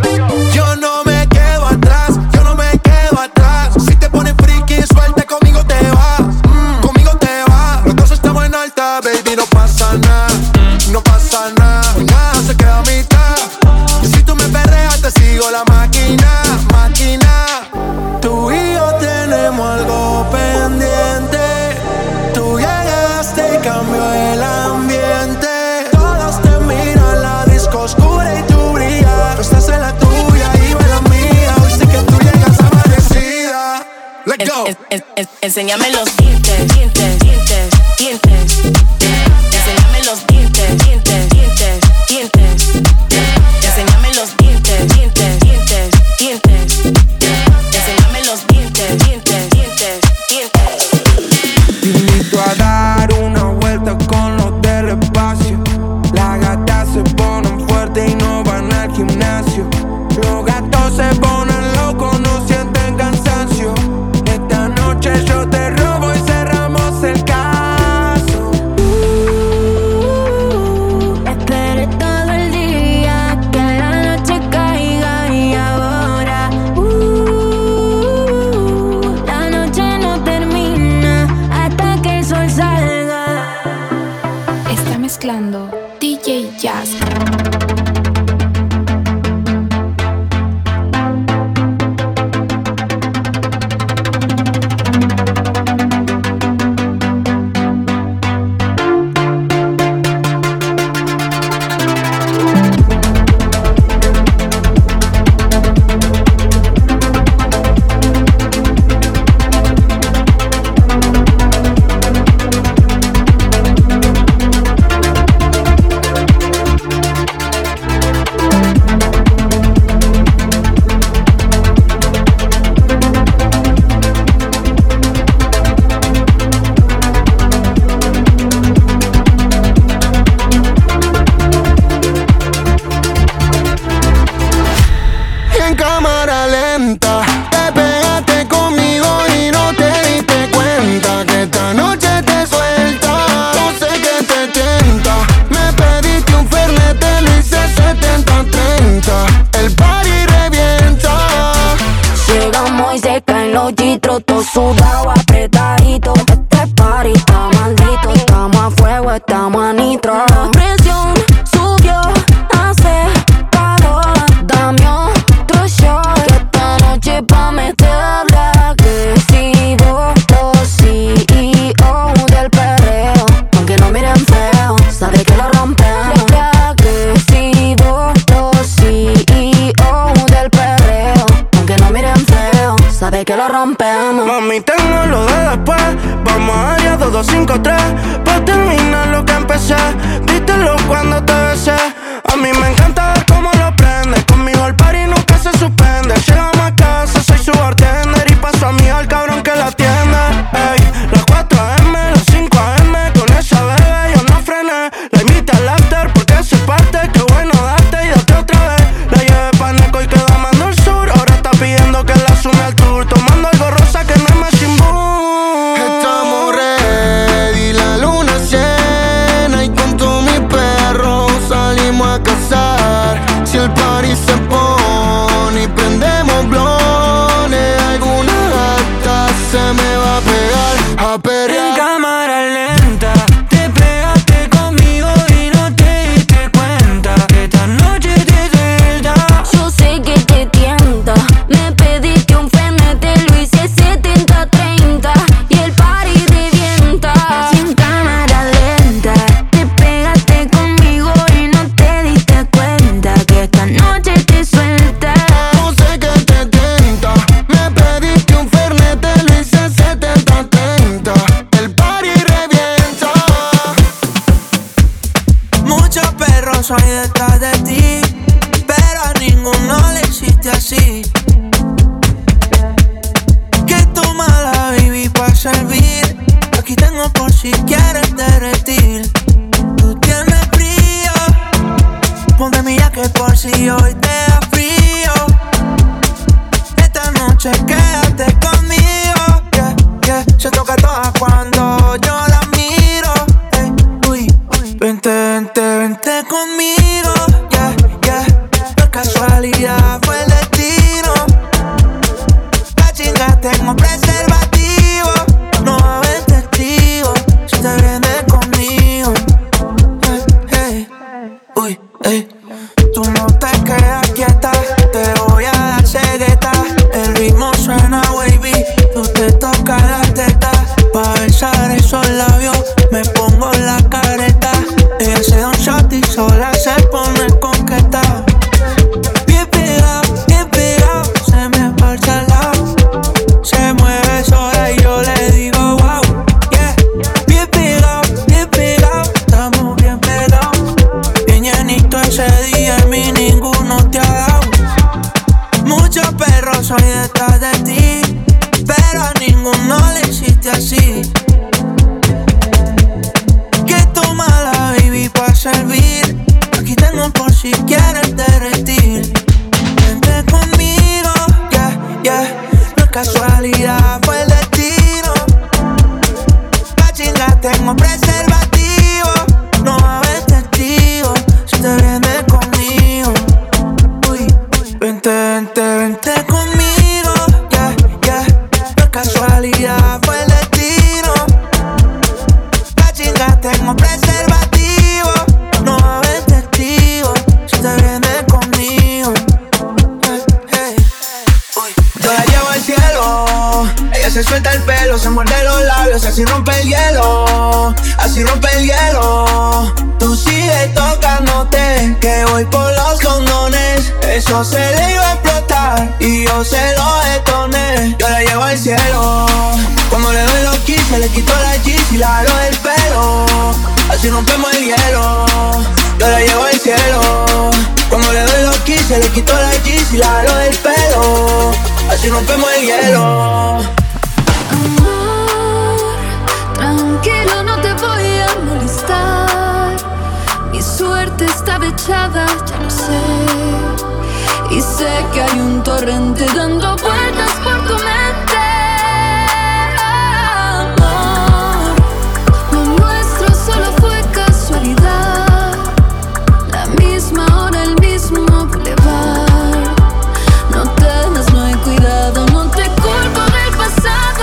Yo no me quedo atrás, yo no me quedo atrás. Si te pones friki, suelta, conmigo te vas, mm, conmigo te vas. Los dos estamos en alta, baby, no pasa nada, no pasa nada. Nada se queda a mitad. Si tú me perreas, te sigo la máquina, máquina. Tú y yo cambió el ambiente. Todos te miran, la disco oscura y tú brillas. Tú estás en la tuya y yo en la mía. Hoy sí que tú llegas amanecida. Let's go. En, en, en, enséñame los dientes, dientes, dientes, dientes. Enséñame los dientes, dientes, dientes, dientes. Enséñame los dientes, dientes, dientes, dientes. Enséñame los dientes, dientes, dientes, dientes. Te invito a dar una vuelta con los del espacio. Las gatas se ponen fuertes y no van al gimnasio. Los gatos se ponen locos, no sienten cansancio. Esta noche yo te robo y cerramos el caso. uh, Esperé todo el día que la noche caiga y ahora uh, la noche no termina hasta que el sol salga. Está mezclando D J Jazz. En cámara lenta te pegaste conmigo y no te diste cuenta que esta noche te suelta. No sé que te tienta. Me pediste un fernet, te lo hice setenta treinta. El party revienta. Llegamos y se caen los chitros, todo sudado, apretadito. Este party está maldito, estamos a fuego, estamos a nitro. La presión subió, hace calor, dame otro shot. Que esta noche pa' meterla agresivo. Los C E O del perreo, aunque no miren feo, sabe que lo rompemos. Agresivo, los C E O del perreo, aunque no miren feo, sabe que lo rompemos. Mami, tengo lo de después. Vamos allá, dos, dos, cinco, tres. Pa' terminar lo que empecé. Dítelo cuando te besé. A mí me encanta ver cómo lo prende. Conmigo el party nunca se suspende. Llegamos a casa, soy su bartender. Y paso a mí al cabrón que la atiende. Ey, las cuatro a eme, las cinco a eme. Con esa bebé yo no frené. La invité al after porque se parte. Qué bueno darte y date otra vez. La llevé pa' Neco y quedó amando el sur. Ahora está pidiendo que la sume al tour. Tomando algo rosa que no es más sin boom. Estamos ready, la luna llena y con todos mis perros salimos a cazar. Si el party se pone y prendemos blones, alguna gata se me va a pegar a En perrear. cámara lenta te pegaste conmigo y no te diste cuenta que esta noche te suelta. Yo sé que te tienta. Me pediste un fernet, te lo hice setenta treinta. Y el party revienta. Sin cámara lenta te pegaste conmigo y no te diste cuenta que esta noche te suelta. No sé que te tienta. Me pediste un fernet, te lo hice setenta treinta. El party revienta. Muchos perros hay detrás de ti, pero a ninguno le hiciste así. Que tu mala baby pa' servir. Aquí tengo por si quieres derretir. Tú tienes frío, ponte mi jacket por si hoy te da frío. Esta noche quédate conmigo, yeah, yeah. Se toca toda cuando yo la miro, ey, uy, uy. Vente, vente, vente conmigo, yeah, yeah. No es casualidad, fue el destino. La chinga tengo preservativo. No va a haber testigo si te vienes conmigo, hey, hey. Uy, ey. Tú no te quedas quieta, te voy a dar cegueta. El ritmo suena wavy, tú te tocas la teta. Pa' besar esos labios me pongo la tengo preservativo. No va a haber testigo si te vienes conmigo. Uy, vente, vente, vente conmigo. Yeah, yeah. No es casualidad, fue el destino. La chinga tengo preservativo. No va a haber testigo si te vienes conmigo. Hey, hey. Uy. Yo la llevo al cielo. Ella se suelta el pelo, se muerde los labios, así rompe el hielo, así rompe el hielo. Tú sigues tocándote, que voy por los condones. Eso se le iba a explotar y yo se lo detoné. Yo la llevo al cielo. Cuando le doy los quince, le quito la jeans y la jalo del pelo. Así rompemos el hielo. Yo la llevo al cielo. Cuando le doy los quince, le quito la jeans y la jalo del pelo. Así rompemos el hielo. Tranquilo, no te voy a molestar. Mi suerte estaba echada, ya lo sé. Y sé que hay un torrente dando vueltas por tu mente. Amor, lo nuestro solo fue casualidad. La misma hora, el mismo bulevar. No temas, no hay cuidado, no te culpo del pasado.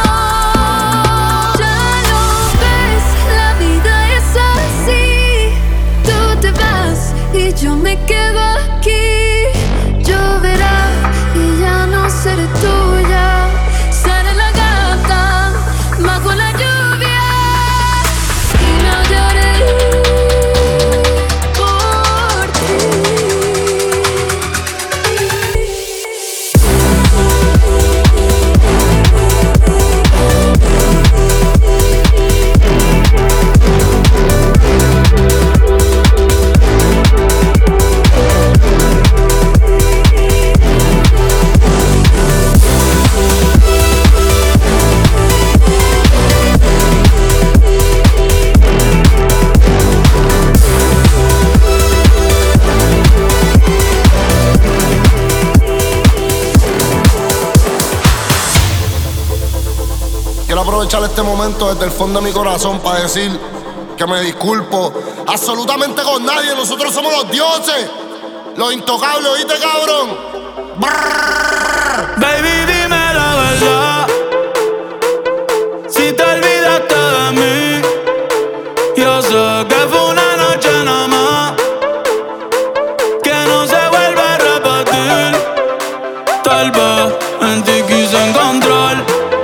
Y yo me quedo aquí, lloverá y ya no seré tuya. Seré la gata bajo la lluvia y no lloré por Quiero aprovechar este momento desde el fondo de mi corazón para decir que me disculpo absolutamente con nadie. Nosotros somos los dioses, los intocables, ¿oíste, cabrón? Brrr. Baby, dime la verdad. Si te olvidaste de mí, yo sé que fue una noche nada más, que no se vuelve a repetir. Tal vez en ti quise encontrar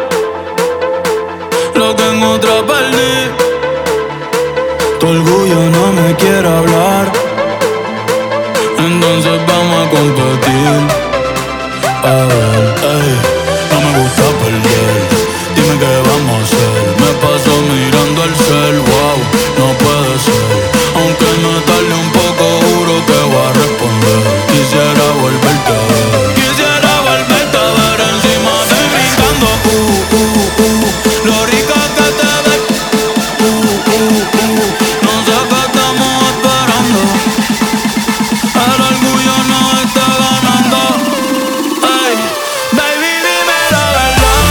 lo que en otra perdí. Tu orgullo no me quiere hablar, entonces vamos a competir. A ver, ey, no me gusta perder. Dime qué vamos a hacer. Me paso mirando el cel, wow, no puede ser. Aunque me tarde un poco, juro que voy a responder. Quisiera volverte a ver. Quisiera volverte a ver encima de mí brincando. Uh, uh, uh, lo rico que te ves. Uh, uh, uh, no sé qué estamos esperando. El orgullo no está ganando. Ay, baby, dime la verdad.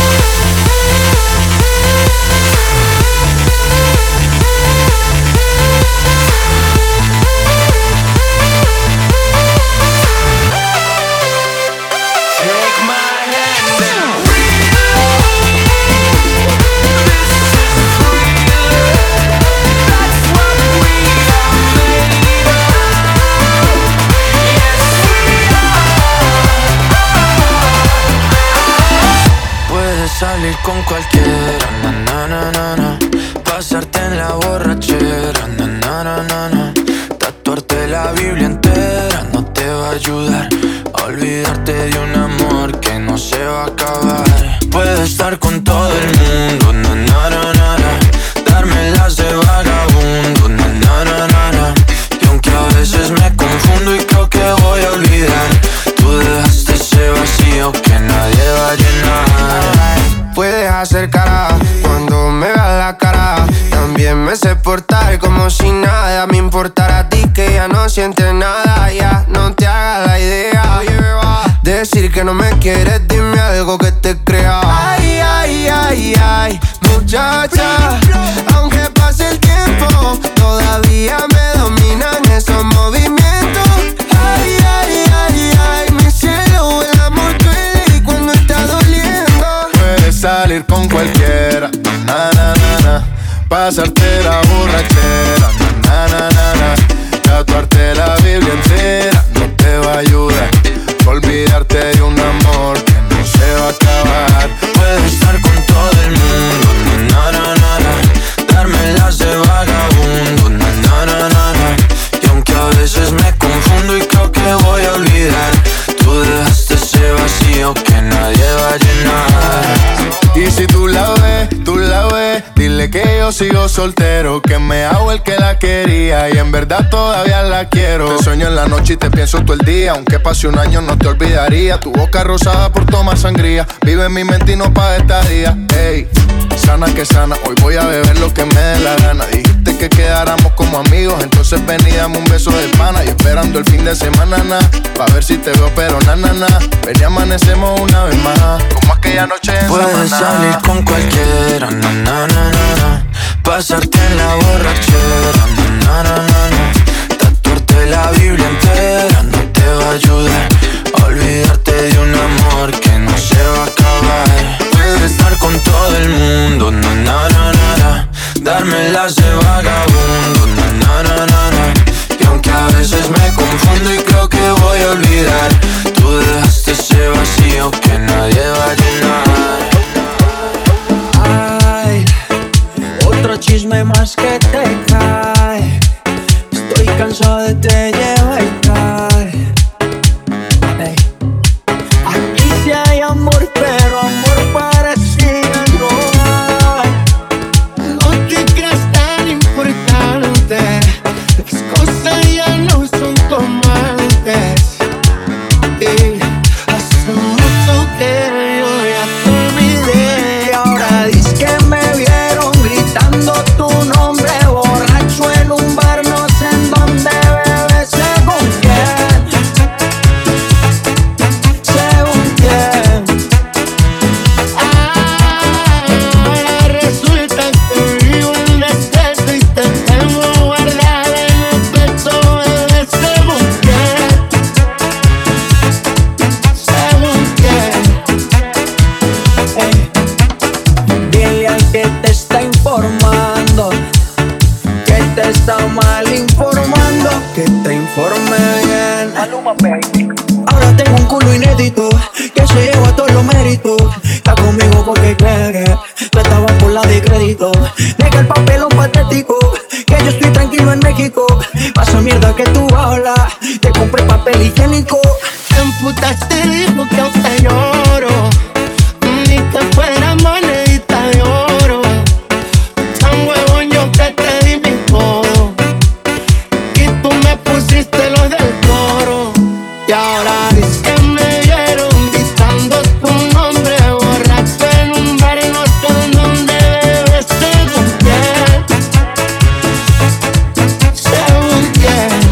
Take my hand and salir con cualquiera, na na na na na. Pasarte en la borrachera, na na na na na. Tatuarte la Biblia entera no te va a ayudar a olvidarte de un amor que no se va a acabar. Puedes estar con todo el mundo, na na na na na. Dármelas de vagabundo, na na na na na. Y aunque a veces me confundo y creo que voy a olvidar, tú dejaste ese vacío que nadie va a llenar. Puedes hacer cara cuando me veas la cara. También me sé portar como si nada me importara a ti, que ya no sientes nada. Ya no te hagas la idea. Decir que no me quieres, dime algo que te crea. Ay, ay, ay, ay, muchacha. Aunque pa' con cualquiera, na na na na, pasarte la borrachera, na na na na, tatuarte la Biblia entera no te va a ayudar, olvidarte de un amor que no se va a acabar. Puedes estar con todo el mundo, na na na na, darme las de vagabundo, na na na na na, y aunque a veces me confundo y creo que voy a olvidar, tú dejaste ese vacío que nadie va a llenar. Y si tú la ves, tú la ves, dile que yo sigo soltero, que me hago el que la quería y en verdad todavía la quiero. Te sueño en la noche y te pienso todo el día, aunque pase un año no te olvidaría. Tu boca rosada por tomar sangría, vive en mi mente y no pa' esta día. Ey, sana que sana, hoy voy a beber lo que me dé la gana. Dijiste que quedáramos como amigos, entonces ven y dame un beso de pana. Y esperando el fin de semana, na, pa' ver si te veo pero na na na. Ven y amanecemos una vez más, como aquella noche en Puedes Samaná. salir con cualquiera, na na na na na, pasarte en la borrachera, na na na na, tatuarte la Biblia entera no te va a ayudar, olvidarte de un amor que no se va a acabar. Puedes estar con todo el mundo, na na na na na, darme las de vagabundo, na na na na na, y aunque a veces me confundo y creo que voy a olvidar, tú dejaste ese vacío que nadie va a llenar. Ay, otro chisme más que te cae. Estoy cansado de te llevar y cae. Hey. Aquí sí hay amor, pero amor parecido no hay. No te creas tan importante, las cosas ya no son como antes. Y hace mucho que yo ya te olvidé. Y ahora dices que me vieron gritando tu nombre borracho en un bar, no sé en dónde, bebé, según quién, según quién. Ahora resulta que vivo en desierto y te tengo guardada en el pecho, bebé, según quién, según quién. Ey. Dile al que te está informando que te está mal informando, que te informe bien. Maluma, baby. Ahora tengo un culo inédito que se lleva todos los méritos. Está conmigo porque cree que estaba por la de crédito. Deja el papelón patético, que yo estoy tranquilo en México. Pasa mierda que tú hablas, te compré papel higiénico. Te emputaste, dijo que aún te lloro, ni que fuera monedita de oro. Tan huevón yo que te di mi todo y tú me pusiste lo del coro. Y ahora dices que me vieron gritando tu nombre borracho en un bar y no sé en dónde, bebé, según quién, según quién.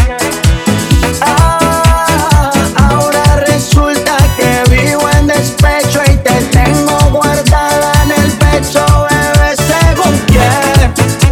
Ah, ahora resulta que vivo en despecho y te tengo guardada en el pecho, bebé, según quién,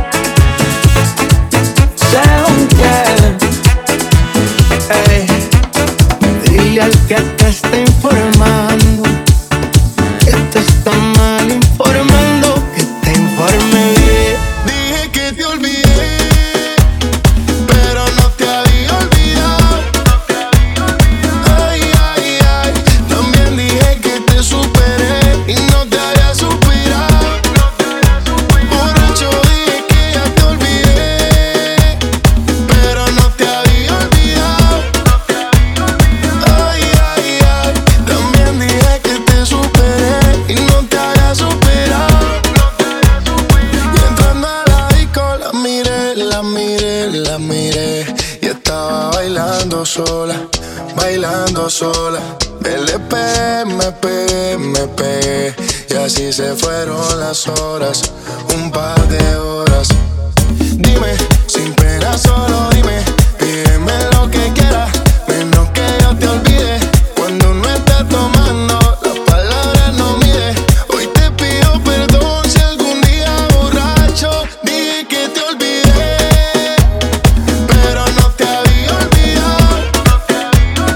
según quién. Ey. Dile al que te está informando que te está mal informando, que te informe bien. Dije que te olvidé, pero no te había olvidado. Ay, ay, ay, también dije que te superé y no te había suspirado. Borracho dije que ya te olvidé, pero no te había olvidado. Ay, ay, ay, también dije que te superé y no te había superado. Y entrando a la disco la miré, la miré, la miré, y estaba bailando sola, bailando sola. L P, me pegué, me pegué, y así se fueron las horas, un par de horas. Dime, sin pena solo dime, pídeme lo que quieras, menos que yo te olvide. Cuando no estás tomando, las palabras no mide. Hoy te pido perdón si algún día borracho dije que te olvidé, pero no te había olvidado.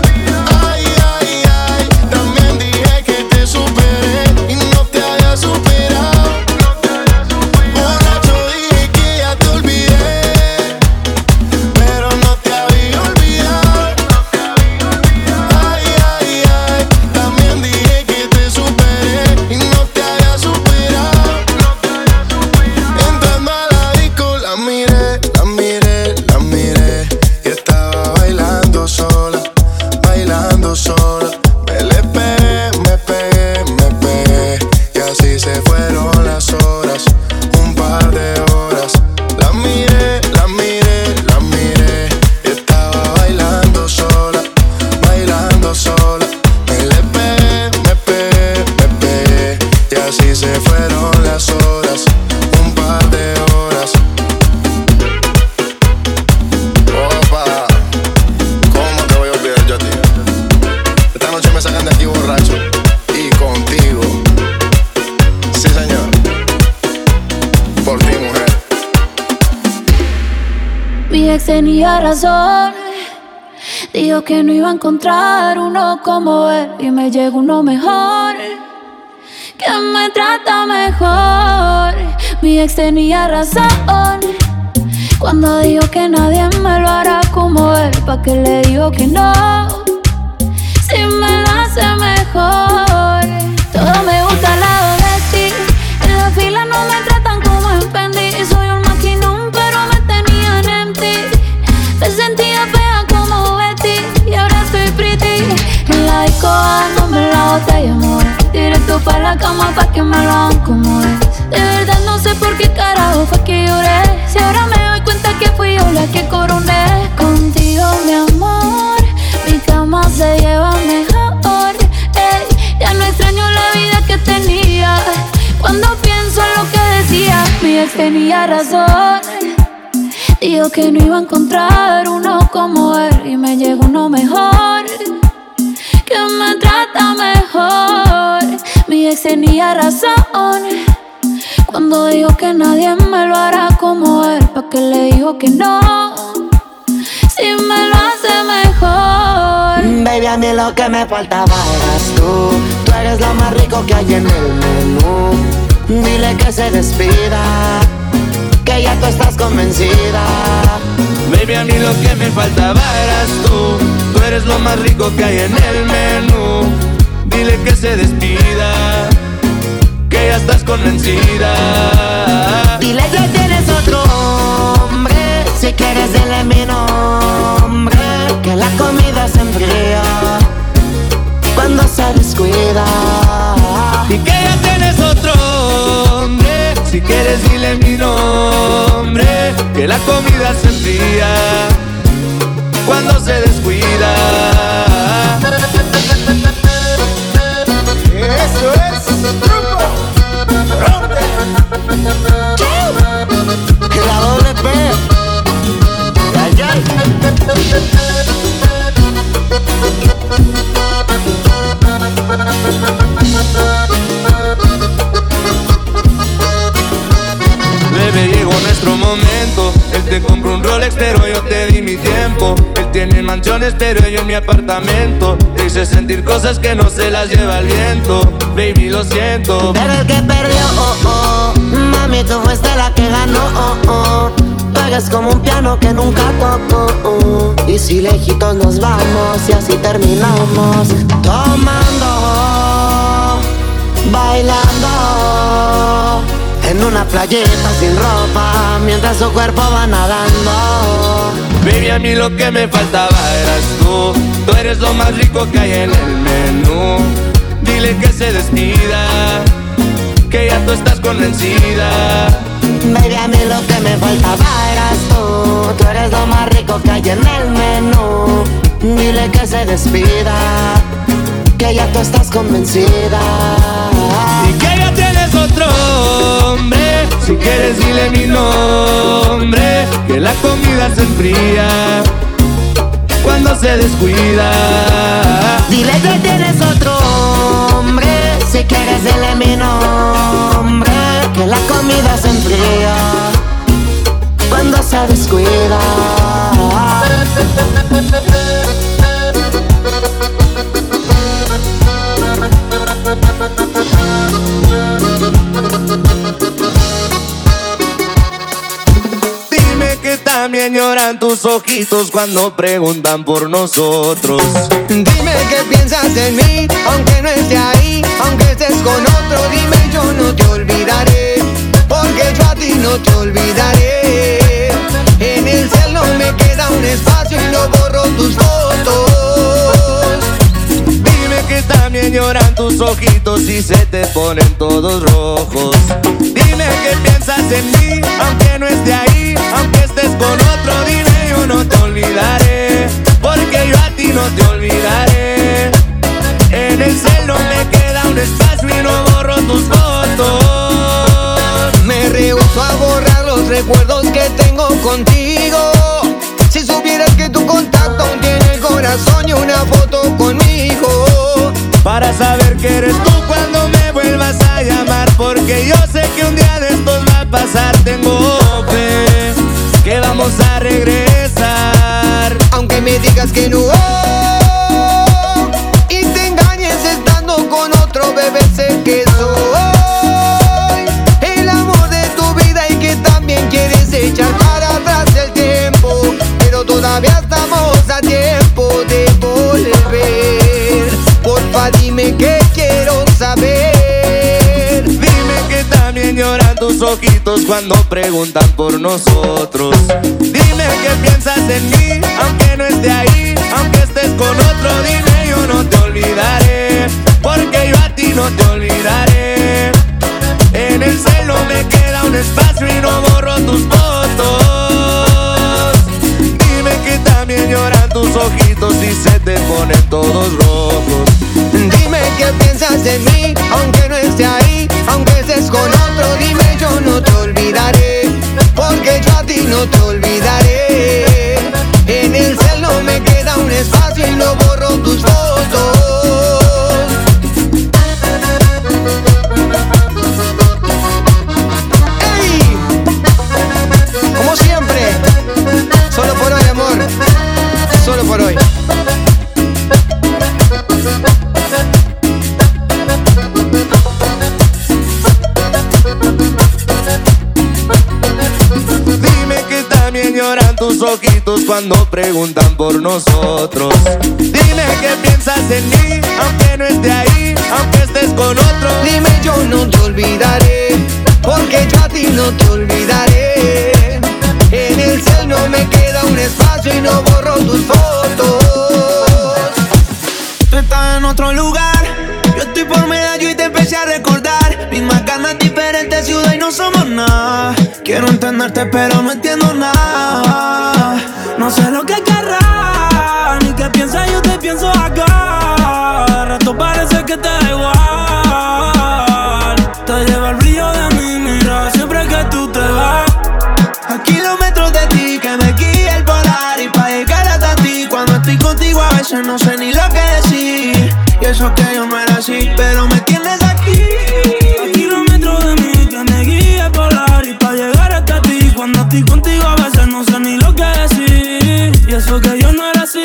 Ay, ay, ay, también dije que te superé y no te había superado. Mi ex tenía razón. Dijo que no iba a encontrar uno como él y me llegó uno mejor, que me trata mejor. Mi ex tenía razón cuando dijo que nadie me lo hará como él. ¿Pa' qué le digo que no? Si me lo hace mejor. Todo me gusta al lado de ti. En la fila no me tratan como en Fendi. Soy un maquinón pero me tenían en ti. Me sentía fea como Betty y ahora estoy pretty. En la disco dándome la botella, amor. Directo pa' la cama pa' que me lo hagan como es. De verdad no sé por qué carajo fue que lloré. Si ahora me doy cuenta que fui yo la que coroné. Contigo, mi amor, mi cama se lleva mejor. Ey, ya no extraño la vida que tenía. Cuando pienso en lo que decía, mi ex tenía razón. Dijo que no iba a encontrar uno como él y me llegó uno mejor, que me trata mejor. Mi ex tenía razón cuando dijo que nadie me lo hará como él. ¿Pa' qué le dijo que no? Si me lo hace mejor. Baby, a mí lo que me faltaba eras tú. Tú eres lo más rico que hay en el menú. Dile que se despida, que ya tú estás convencida. Baby, a mí lo que me faltaba eras tú. Tú eres lo más rico que hay en el menú. Dile que se despida, que ya estás convencida. Dile que tienes otro hombre. Si quieres dile mi nombre, que la comida se enfría cuando se descuida. Y que ya tienes otro hombre. Si quieres dile mi nombre, que la comida se enfría cuando se descuida. Eso es truco. Rompe. Que la doble P. Ay, ay. Bebé, llegó nuestro momento. Él te compró un Rolex, pero yo te di mi tiempo. Él tiene mansiones, pero yo en mi apartamento. Te hice sentir cosas que no se las lleva el viento. Baby, lo siento. Pero el que perdió, oh, oh. Mami, tú fuiste la que ganó, oh, oh. Tú eres como un piano que nunca tocó, oh. Y si lejitos nos vamos y así terminamos, tomando, bailando en una playita sin ropa, mientras su cuerpo va nadando. Baby, a mí lo que me faltaba eras tú. Tú eres lo más rico que hay en el menú. Dile que se despida, que ya tú estás convencida. Baby, a mí lo que me faltaba eras tú. Tú eres lo más rico que hay en el menú. Dile que se despida, que ya tú estás convencida. Y que ya tienes otro hombre. Si quieres dile mi nombre, que la comida se enfría cuando se descuida. Dile que tienes otro hombre. Si quieres dile mi nombre, que la comida se enfría cuando se descuida. Dime que también lloran tus ojitos cuando preguntan por nosotros. Dime qué piensas de mí, aunque no esté ahí, aunque estés con otro. Dime, yo no te olvidaré, porque yo a ti no te olvidaré. En el cielo me queda un espacio y no borro tus fotos. Dime que también lloran tus ojitos y se te ponen todos rojos. Dime qué piensas en mí, aunque no esté ahí, aunque estés con otro. Dime, yo no te olvidaré, porque yo a ti no te olvidaré. En el cielo me queda un espacio y no borro tus fotos. Me rehuso a borrar los recuerdos que tengo contigo. Si supieras que tu contacto aún tiene el corazón y una foto conmigo, para saber que eres tú cuando me vuelvas a llamar, porque yo sé que un día de estos va a pasar. Tengo fe que vamos a regresar. ojitos cuando preguntan por nosotros. Dime qué piensas en mí, aunque no esté ahí, aunque estés con otro, dime, yo no te olvidaré, porque yo a ti no te olvidaré. En el cielo me queda un espacio y no borro tus fotos. Dime que también lloran tus ojitos y se te ponen todos rojos. Dime qué piensas de mí, aunque no esté ahí, aunque estés con otro, dime, yo no te olvidaré, porque yo a ti no te olvidaré. En el cielo me queda un espacio y no borro tus fotos. ¡Ey! Como siempre, solo por hoy, amor, solo por hoy. Dime que también lloran tus ojitos cuando preguntan por nosotros. Dime qué piensas en mí, aunque no esté ahí, aunque estés con otro. Dime, yo no te olvidaré, porque yo a ti no te olvidaré. En el cielo no me queda un espacio y no borro tus fotos. Tú estás en otro lugar, yo estoy por Medallo y te empecé a recordar. Mismas ganas, diferentes ciudades y no somos nada. Quiero entenderte pero no entiendo nada. No sé lo que querrás, ni qué piensas, yo te pienso acá. De rato parece que te da igual. Te lleva el brillo de mi mirada siempre que tú te vas. A kilómetros de ti que me guía el polar. Y pa' llegar hasta ti cuando estoy contigo a veces no sé ni lo que decir. Y eso que yo no era así, pero me tienes aquí. A kilómetros de mí que me guía el polar. Y pa' llegar hasta ti cuando estoy contigo a veces no sé ni lo que decir. Y eso que yo no era así.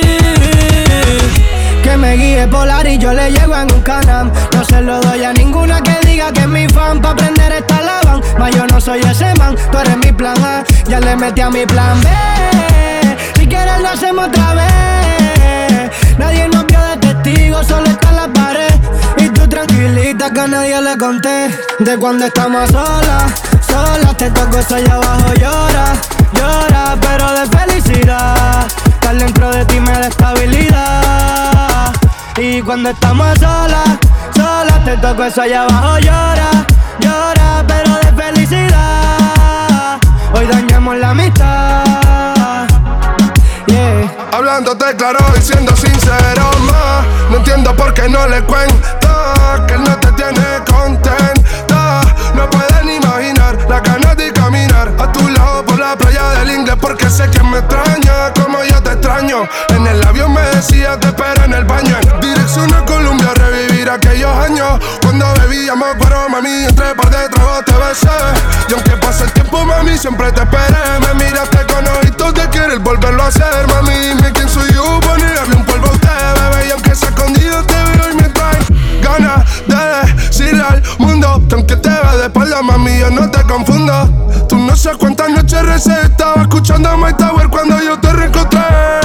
Que me guíe polar y yo le llego en un Can-Am. No se lo doy a ninguna que diga que es mi fan. Pa' aprender esta la van, mas yo no soy ese man. Tú eres mi plan A, ya le metí a mi plan B. Si quieres lo hacemos otra vez. Nadie nos vio de testigo, solo está en la pared. Y tú tranquilita que a nadie le conté. De cuando estamos solas, solas. Te toco eso allá abajo, llora, llora, pero de felicidad. Estar dentro de ti me da estabilidad. Y cuando estamos solas, solas, te toco eso allá abajo, llora, llora, pero de felicidad. Hoy dañamos la amistad. Yeah. Hablándote claro y siendo sincero, ma, no entiendo por qué no le cuento que él no te tiene contenta. No pueden imaginar la ganas de caminar a tu lado por la playa del inglés, porque sé que me extraña como yo te extraño. En el avión me decía te espero en el baño. En dirección a Colombia, revivir aquellos años cuando bebíamos, pero mami, entre par de tragos te besé. Y aunque pase el tiempo, mami, siempre te esperé. Me miraste con ojitos de querer volverlo a hacer, mami. Dime quién soy yo para negarle un polvo a usted, bebé. Y aunque sea escondido te veo y me trae ganas de decirle al mundo que aunque te veas de espalda, mami, yo no te confundo. Tú no sé cuántas noches recé, estaba escuchando My Tower cuando yo te reencontré.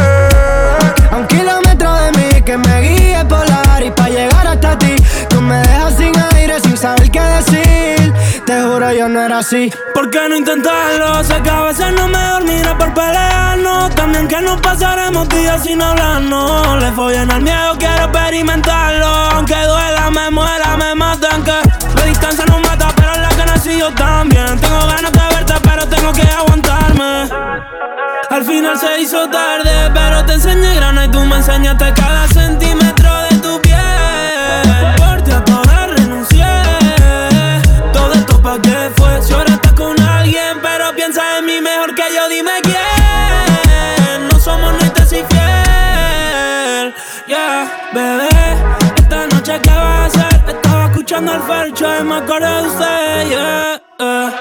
A un kilómetro de mí que me guíe polar. Y pa' llegar hasta ti, tú me dejas sin aire, sin saber qué decir. Te juro yo no era así. ¿Por qué no intentarlo? Sé que a veces no me dormiré por pelearnos. También que nos pasaremos días sin hablarnos. Le follen al miedo, quiero experimentarlo. Aunque duela, me muera, me matan. Que la distancia no mata, pero la que nací yo también. Tengo ganas de verte, pero tengo que aguantarme. Al final se hizo tarde, pero te enseñé grana y tú me enseñaste cada centímetro de tu piel. Por ti a todas renuncié. Todo esto pa' qué fue. Si ahora estás con alguien, pero piensa en mí mejor que yo, dime quién. No somos ni te soy fiel. Yeah, bebé, esta noche qué vas a hacer. Estaba escuchando el Fercho y me acordé de usted. Yeah, uh.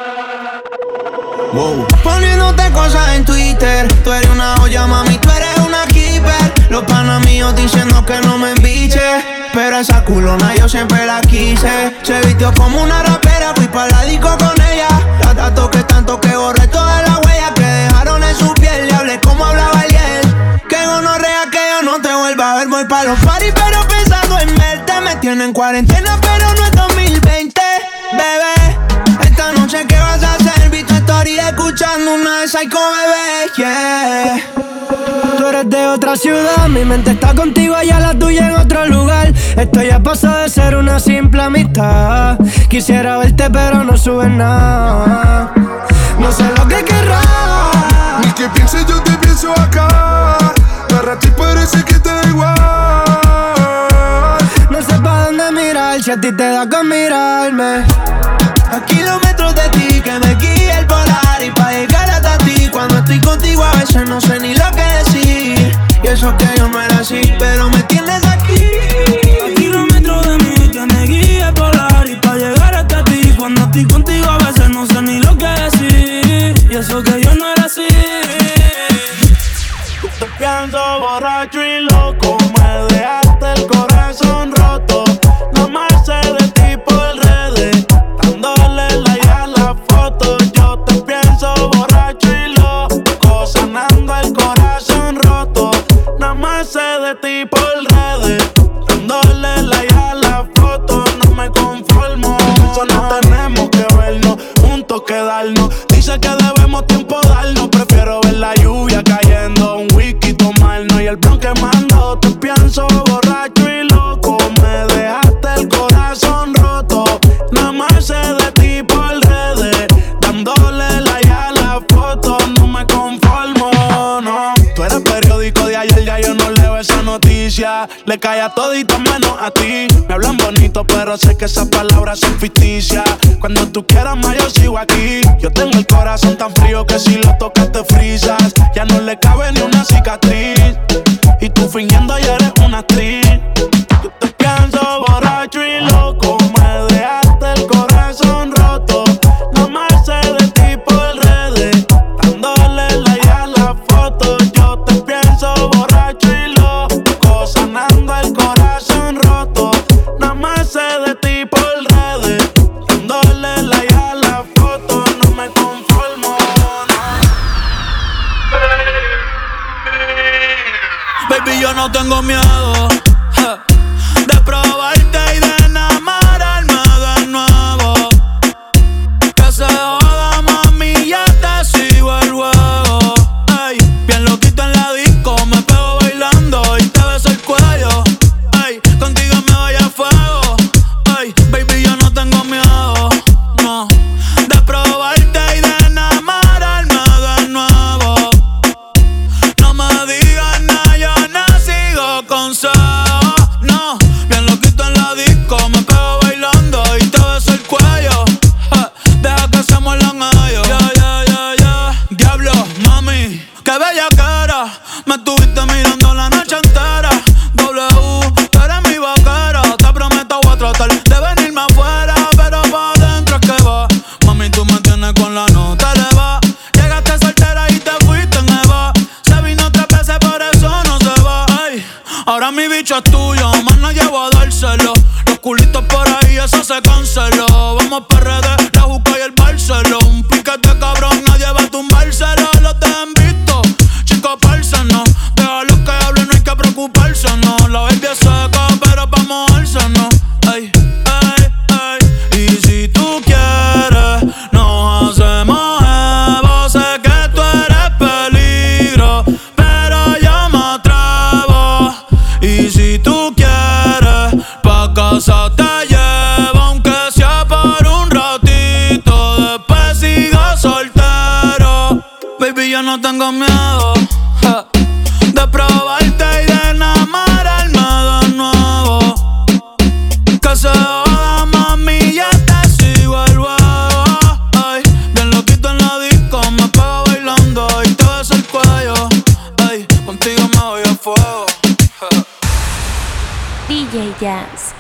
Wow. Poniéndote cosas en Twitter. Tú eres una olla, mami, tú eres una keeper. Los panas míos diciendo que no me embiche, pero esa culona yo siempre la quise. Se vistió como una rapera, fui pa' la disco con ella. La trato que tanto que borré todas las huellas que dejaron en su piel. Le hablé como hablaba ayer. Que gonorrea que yo no te vuelva a ver. Voy pa' los parties pero pensando en verte. Me tienen en cuarentena pero no es dos mil veinte. Bebé, esta noche ¿qué vas a hacer? escuchando una de Psycho Bebé, yeah. Tú eres de otra ciudad, mi mente está contigo, allá la tuya en otro lugar. Esto ya pasó de ser una simple amistad. Quisiera verte pero no subes nada. No sé lo que querrás, ni que pienses, yo te pienso acá. Para ti parece que te da igual. No sé pa' dónde mirar, si a ti te da con mirarme. A kilómetros de ti que me guía el polar. Y pa' llegar hasta ti, cuando estoy contigo a veces no sé ni lo que decir. Y eso que yo no era así, pero me tienes aquí. A kilómetros de mí que me guía el polar. Y pa' llegar hasta ti, cuando estoy contigo a veces no sé ni lo que decir. Y eso que yo no era así. Te pienso borracho y loco, me dejaste el corazón roto. No más sé de ti por redes, dándole like a la foto. Yo te pienso borracho y loco, sanando el corazón roto. No más sé de ti por redes, dándole like a la foto. No me conformo, solo tenemos que vernos, juntos quedarnos. Dice que debemos tiempo darnos, prefiero ver la lluvia cayendo, un whisky tomarnos y el blon quemando. Te pienso borracho y loco, me dejaste el corazón roto. Nada más sé de ti por redes, dándole like a la foto. No me conformo, no. Tú eres periódico de ayer, ya yo no leo esa noticia. Le cae a todito menos a ti. Me hablan bonito, pero sé que esas palabras son ficticias. Cuando tú quieras más yo sigo aquí. Yo tengo el corazón tan frío que si lo tocas te frisas. Ya no le cabe ni una cicatriz. Y tú fingiendo ya eres una actriz. Yo te pienso borracho y loco, me dejaste el corazón roto. No más sé de ti por redes, dándole like a la foto. Yo te pienso borracho y loco, sanando el corazón roto. No más sé de ti por redes, dándole like a la foto. No me conformo, no. Baby, yo no tengo miedo ja, de probarte y de enamorarme de nuevo. Que se joda, mami, ya te sigo el juego. Ey, bien loquito en la disco, me pego bailando y te beso el cuello. Ey, contigo me voy a fuego. Ey, baby, yo no tengo miedo, no, de probarte y de enamorarme de nuevo. No me digas nada, yo no sigo consejos, no. Bien loquito en la disco, me pego bailando y te beso el cuello. Ja, deja que se muerdan ellos. Yeah, yeah, yeah, yeah. Diablo, mami, qué bella cara. Me estuviste mirando la noche entera. W, tú eres mi vaquera. Te prometo voy a tratar de venirme afuera, pero pa' adentro es que va. Mami, tú me tienes con la nota eleva. Llegaste soltera y te fuiste en Eva. Se vino tres veces, por eso no se va. Ay, ahora mi bicho es tuyo, más no llevo a dárselo. Los culitos por ahí, eso se canceló. Vamos pa' redes, la juca y el Barceló. Un piquete cabrón, nadie va a tumbárselo. Los te han visto, chicos, no. Déjalo que hablen, no hay que preocuparse, no. La baby es seca, pero pa' mojarse, no. Ay, ay, ay. Y si tú quieres, nos hacemos evo. Sé que tú eres peligro, pero yo me atrevo. Y si tú quieres, pa' casa te llevo, aunque sea por un ratito. Después sigo soltero. Baby, yo no tengo miedo ja, de probarte y de enamorarme de nuevo. Que se joda, mami, ya te sigo el juego. Ay, bien loquito en la disco, me pego bailando y te beso el cuello. Ay, contigo me voy a fuego ja. D J Jazz.